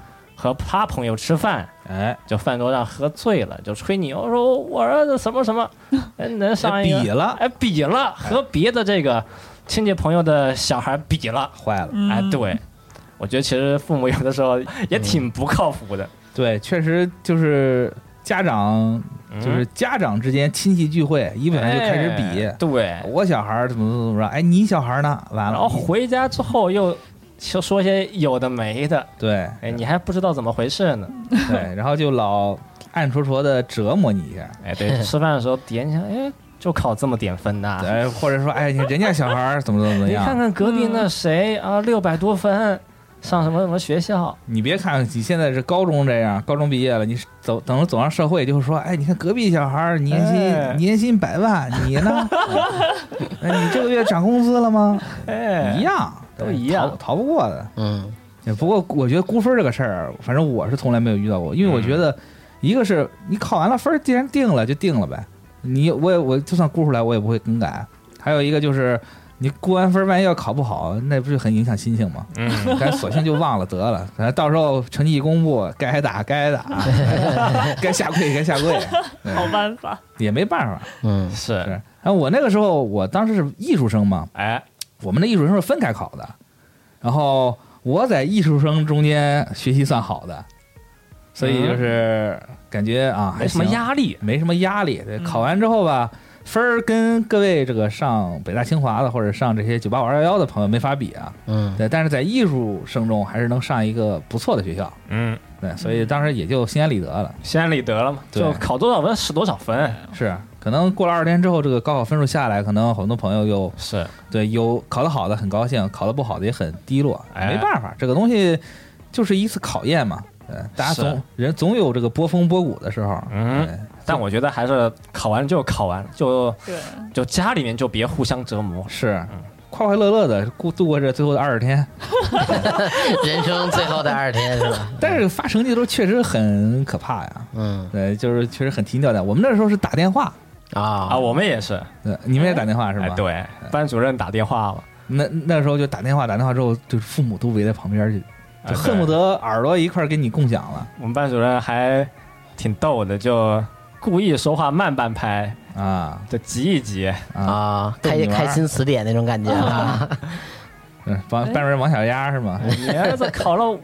和他朋友吃饭，就饭桌上喝醉了，就吹牛说我儿子什么什么，能上一个比了，和别的这个亲戚朋友的小孩比了， 坏了， 对，我觉得其实父母有的时候也挺不靠谱的， 对，确实就是家长之间亲戚聚会，一不小心就开始比， 对， 我小孩怎么着，你小孩呢？完了， 然后回家之后又说些有的没的， 对， 你还不知道怎么回事呢， 对，然后就老暗戳戳的折磨你一下， 对，吃饭的时候点一下，就考这么点分呐， 对，或者说，人家小孩怎么样？ 你看看隔壁那谁啊，600多分，上什么什么学校？ 你别看你现在是高中这样，高中毕业了，你等走上社会，就会说，你看隔壁小孩年薪100万，你呢？你这个月涨工资了吗？一样。 都一样， 逃不过的。不过我觉得估分这个事儿，反正我是从来没有遇到过，因为我觉得，一个是你考完了分，既然定了就定了呗，我就算估出来，我也不会更改。还有一个就是你估完分，万一要考不好，那不是很影响心情吗？但索性就忘了得了，反正到时候成绩一公布，该打，该下跪。 好办法也没办法。 是。 然后我那个时候，我当时是艺术生嘛，我们的艺术生是分开考的，然后我在艺术生中间学习算好的，所以就是感觉没什么压力， 对，考完之后吧，分儿跟各位这个上北大清华的或者上这些98511的朋友没法比啊，对，但是在艺术生中还是能上一个不错的学校，对，所以当时也就心安理得了， 嘛，就考多少分是多少分， 是。可能过了20天之后，这个高考分数下来，可能很多朋友又是对有考得好的很高兴，考得不好的也很低落，没办法，这个东西就是一次考验嘛。大家总有这个波峰波谷的时候。 但我觉得还是考完就考完，就家里面就别互相折磨， 是快快乐乐的度过这最后的20天， 人生最后的20天是吧？ 但是发成绩的时候确实很可怕呀。对，就是确实很提心吊胆。我们那时候是打电话。 我们也是， 你们也打电话是吧？ 对，班主任打电话了。 那时候就打电话之后，就父母都围在旁边，就恨不得耳朵一块给你共享了。 我们班主任还挺逗的，就故意说话慢半拍就急一急开新词典那种感觉啊。 班主任王小丫是吗？ 你儿子考了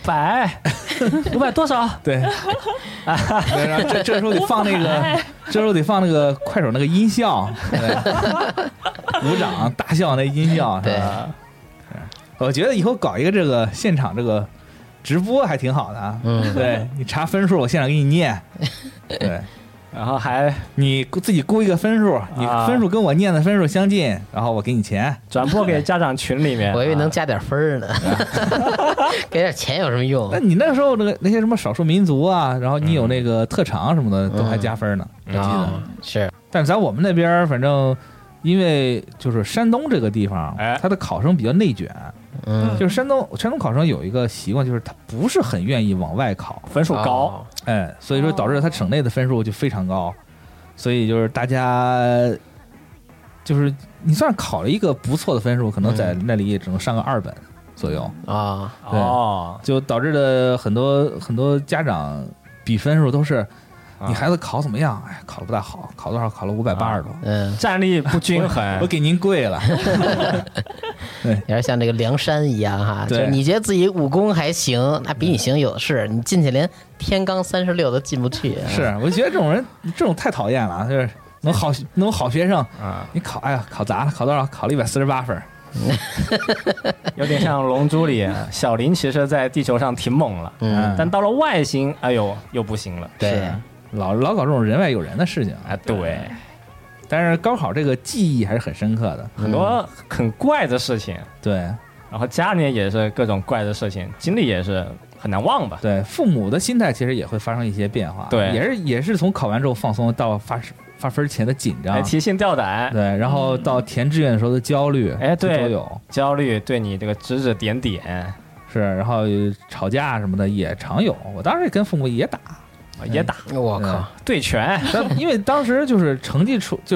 500多少？ 对，这时候得放那个快手那个音效，鼓掌大笑那音效。 对， 我觉得以后搞一个这个现场这个直播还挺好的啊。对，你查分数，我现场给你念。对。 然后你自己估一个分数，你分数跟我念的分数相近，然后我给你钱， 转播给家长群里面。 我以为能加点分呢，给点钱有什么用？ 那你那时候那些什么少数民族啊，然后你有那个特长什么的，都还加分呢，我记得是。 但是在我们那边，反正因为就是山东这个地方，它的考生比较内卷。就是山东考生有一个习惯，就是他不是很愿意往外考， 分数高， 所以说导致他省内的分数就非常高，所以就是大家就是你算考了一个不错的分数，可能在那里也只能上个2本左右就导致了很多家长比分数都是。你孩子考怎么样？考得不大好，考多少？考了580多。 战力不均衡， 我给您跪了。 对，有点像这个梁山一样哈，就是你觉得自己武功还行，那比你行有的是，你进去连天罡36都进不去。 是，我觉得这种人太讨厌了，就是能好学生你考砸了，考多少？考了148分。 有点像《龙珠》里小林，其实在地球上挺猛了，但到了外星，又不行了。 对。 老搞这种人外有人的事情对， 但是高考这个记忆还是很深刻的， 很多很怪的事情， 对， 然后家里面也是各种怪的事情，经历也是很难忘吧。 对，父母的心态其实也会发生一些变化， 对， 也是从考完之后放松到发分前的紧张， 提心吊胆， 对，然后到填志愿的时候的焦虑， 对， 都有焦虑，对你这个指指点点是，然后吵架什么的也常有，我当时也跟父母也打。 我靠， 对拳， 因为当时就是成绩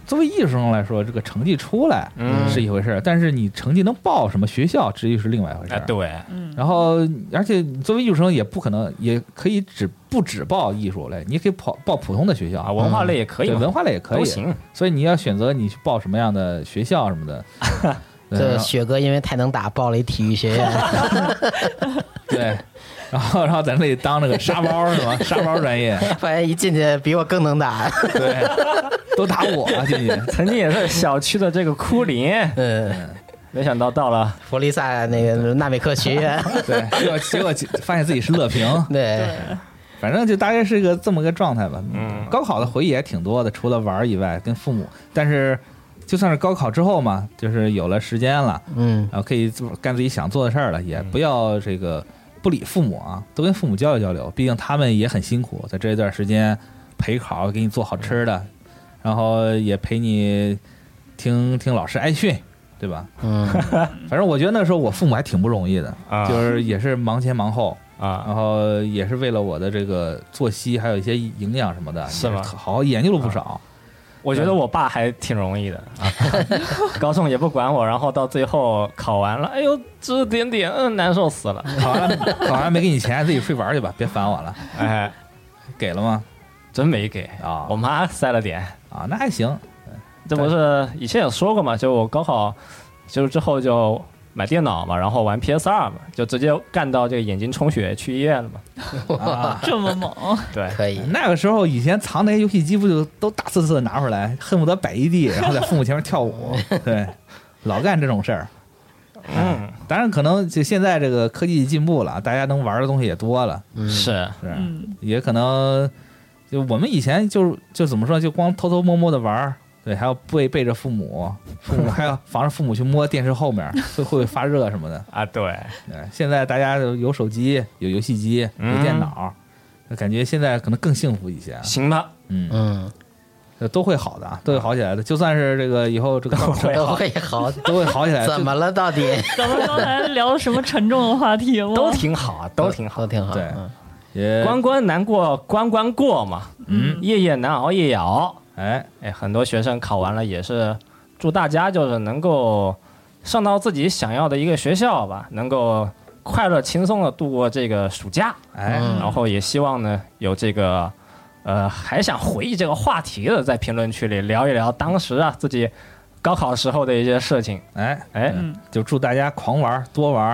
作为艺术生来说，这个成绩出来是一回事，但是你成绩能报什么学校，这就是另外一回事。 对， 然后而且作为艺术生也不可能，也可以不只报艺术类，你也可以报普通的学校啊，文化类也可以， 文化类也可以， 都行。 所以你要选择你去报什么样的学校什么的。 这雪哥因为太能打，报了一体育学院。 对。然后在那里当那个沙包是吗？沙包专业， 发现一进去比我更能打。 对，都打我进去。 曾经也是小区的这个哭林，没想到到了佛利萨那个纳美克学院， 对，结果发现自己是乐平， 对， 反正就大概是个这么个状态吧。高考的回忆也挺多的，除了玩以外，跟父母，但是就算是高考之后嘛，就是有了时间了，然后可以干自己想做的事儿了，也不要这个。不理父母啊，都跟父母交流交流，毕竟他们也很辛苦，在这一段时间陪考，给你做好吃的，然后也陪你听老师挨训，对吧？反正我觉得那时候我父母还挺不容易的，就是也是忙前忙后啊，然后也是为了我的这个作息，还有一些营养什么的， 是吗？ 好好研究了不少。 我觉得我爸还挺容易的啊，高中也不管我，然后到最后考完了，哎呦指点点，难受死了。 考完没给你钱，自己去玩去吧，别烦我了。 哎， 给了吗？ 真没给啊，我妈塞了点啊，那还行。 这不是以前有说过嘛，就我高考就是之后就买电脑嘛，然后玩 PS2 嘛，就直接干到这个眼睛充血去医院了嘛。 啊，这么猛！ 对， 可以。 那个时候以前藏那些游戏机不就都大呲呲的拿出来，恨不得摆一地，然后在父母前面跳舞。对，老干这种事儿。当然可能就现在这个科技进步了，大家能玩的东西也多了。 是， 也可能就我们以前就怎么说，就光偷偷摸摸的玩。对，还要背着父母还要防着父母去摸电视后面，会发热什么的啊。对， 现在大家有手机、有游戏机、有电脑，感觉现在可能更幸福一些。 行吧， 都会好的，都会好起来的。就算是这个以后这个都会好， 都会好起来。 怎么了？到底？ 咱们刚才聊什么沉重的话题？ 都挺好，都挺好， 都挺好。 对， 关关难过关关过嘛，夜夜难熬夜夜熬。哎，很多学生考完了也是祝大家就是能够上到自己想要的一个学校吧，能够快乐轻松的度过这个暑假。然后也希望呢有这个还想回忆这个话题的，在评论区里聊一聊当时啊自己高考时候的一些事情。 就祝大家狂玩多玩。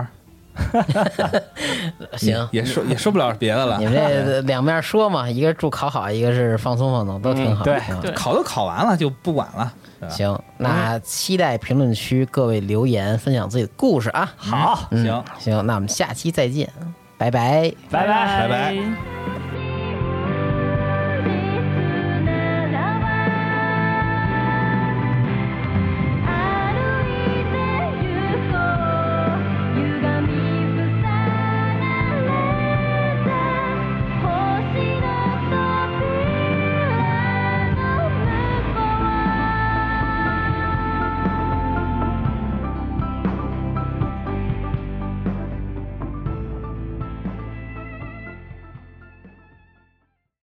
行， 也说不了别的了。 你们这两面说嘛，一个祝考好，一个是放松放松，都挺好。 对， 考都考完了就不管了。 行，那期待评论区各位留言，分享自己的故事啊。 好， 行， 那我们下期再见，拜拜， 拜拜， 拜拜。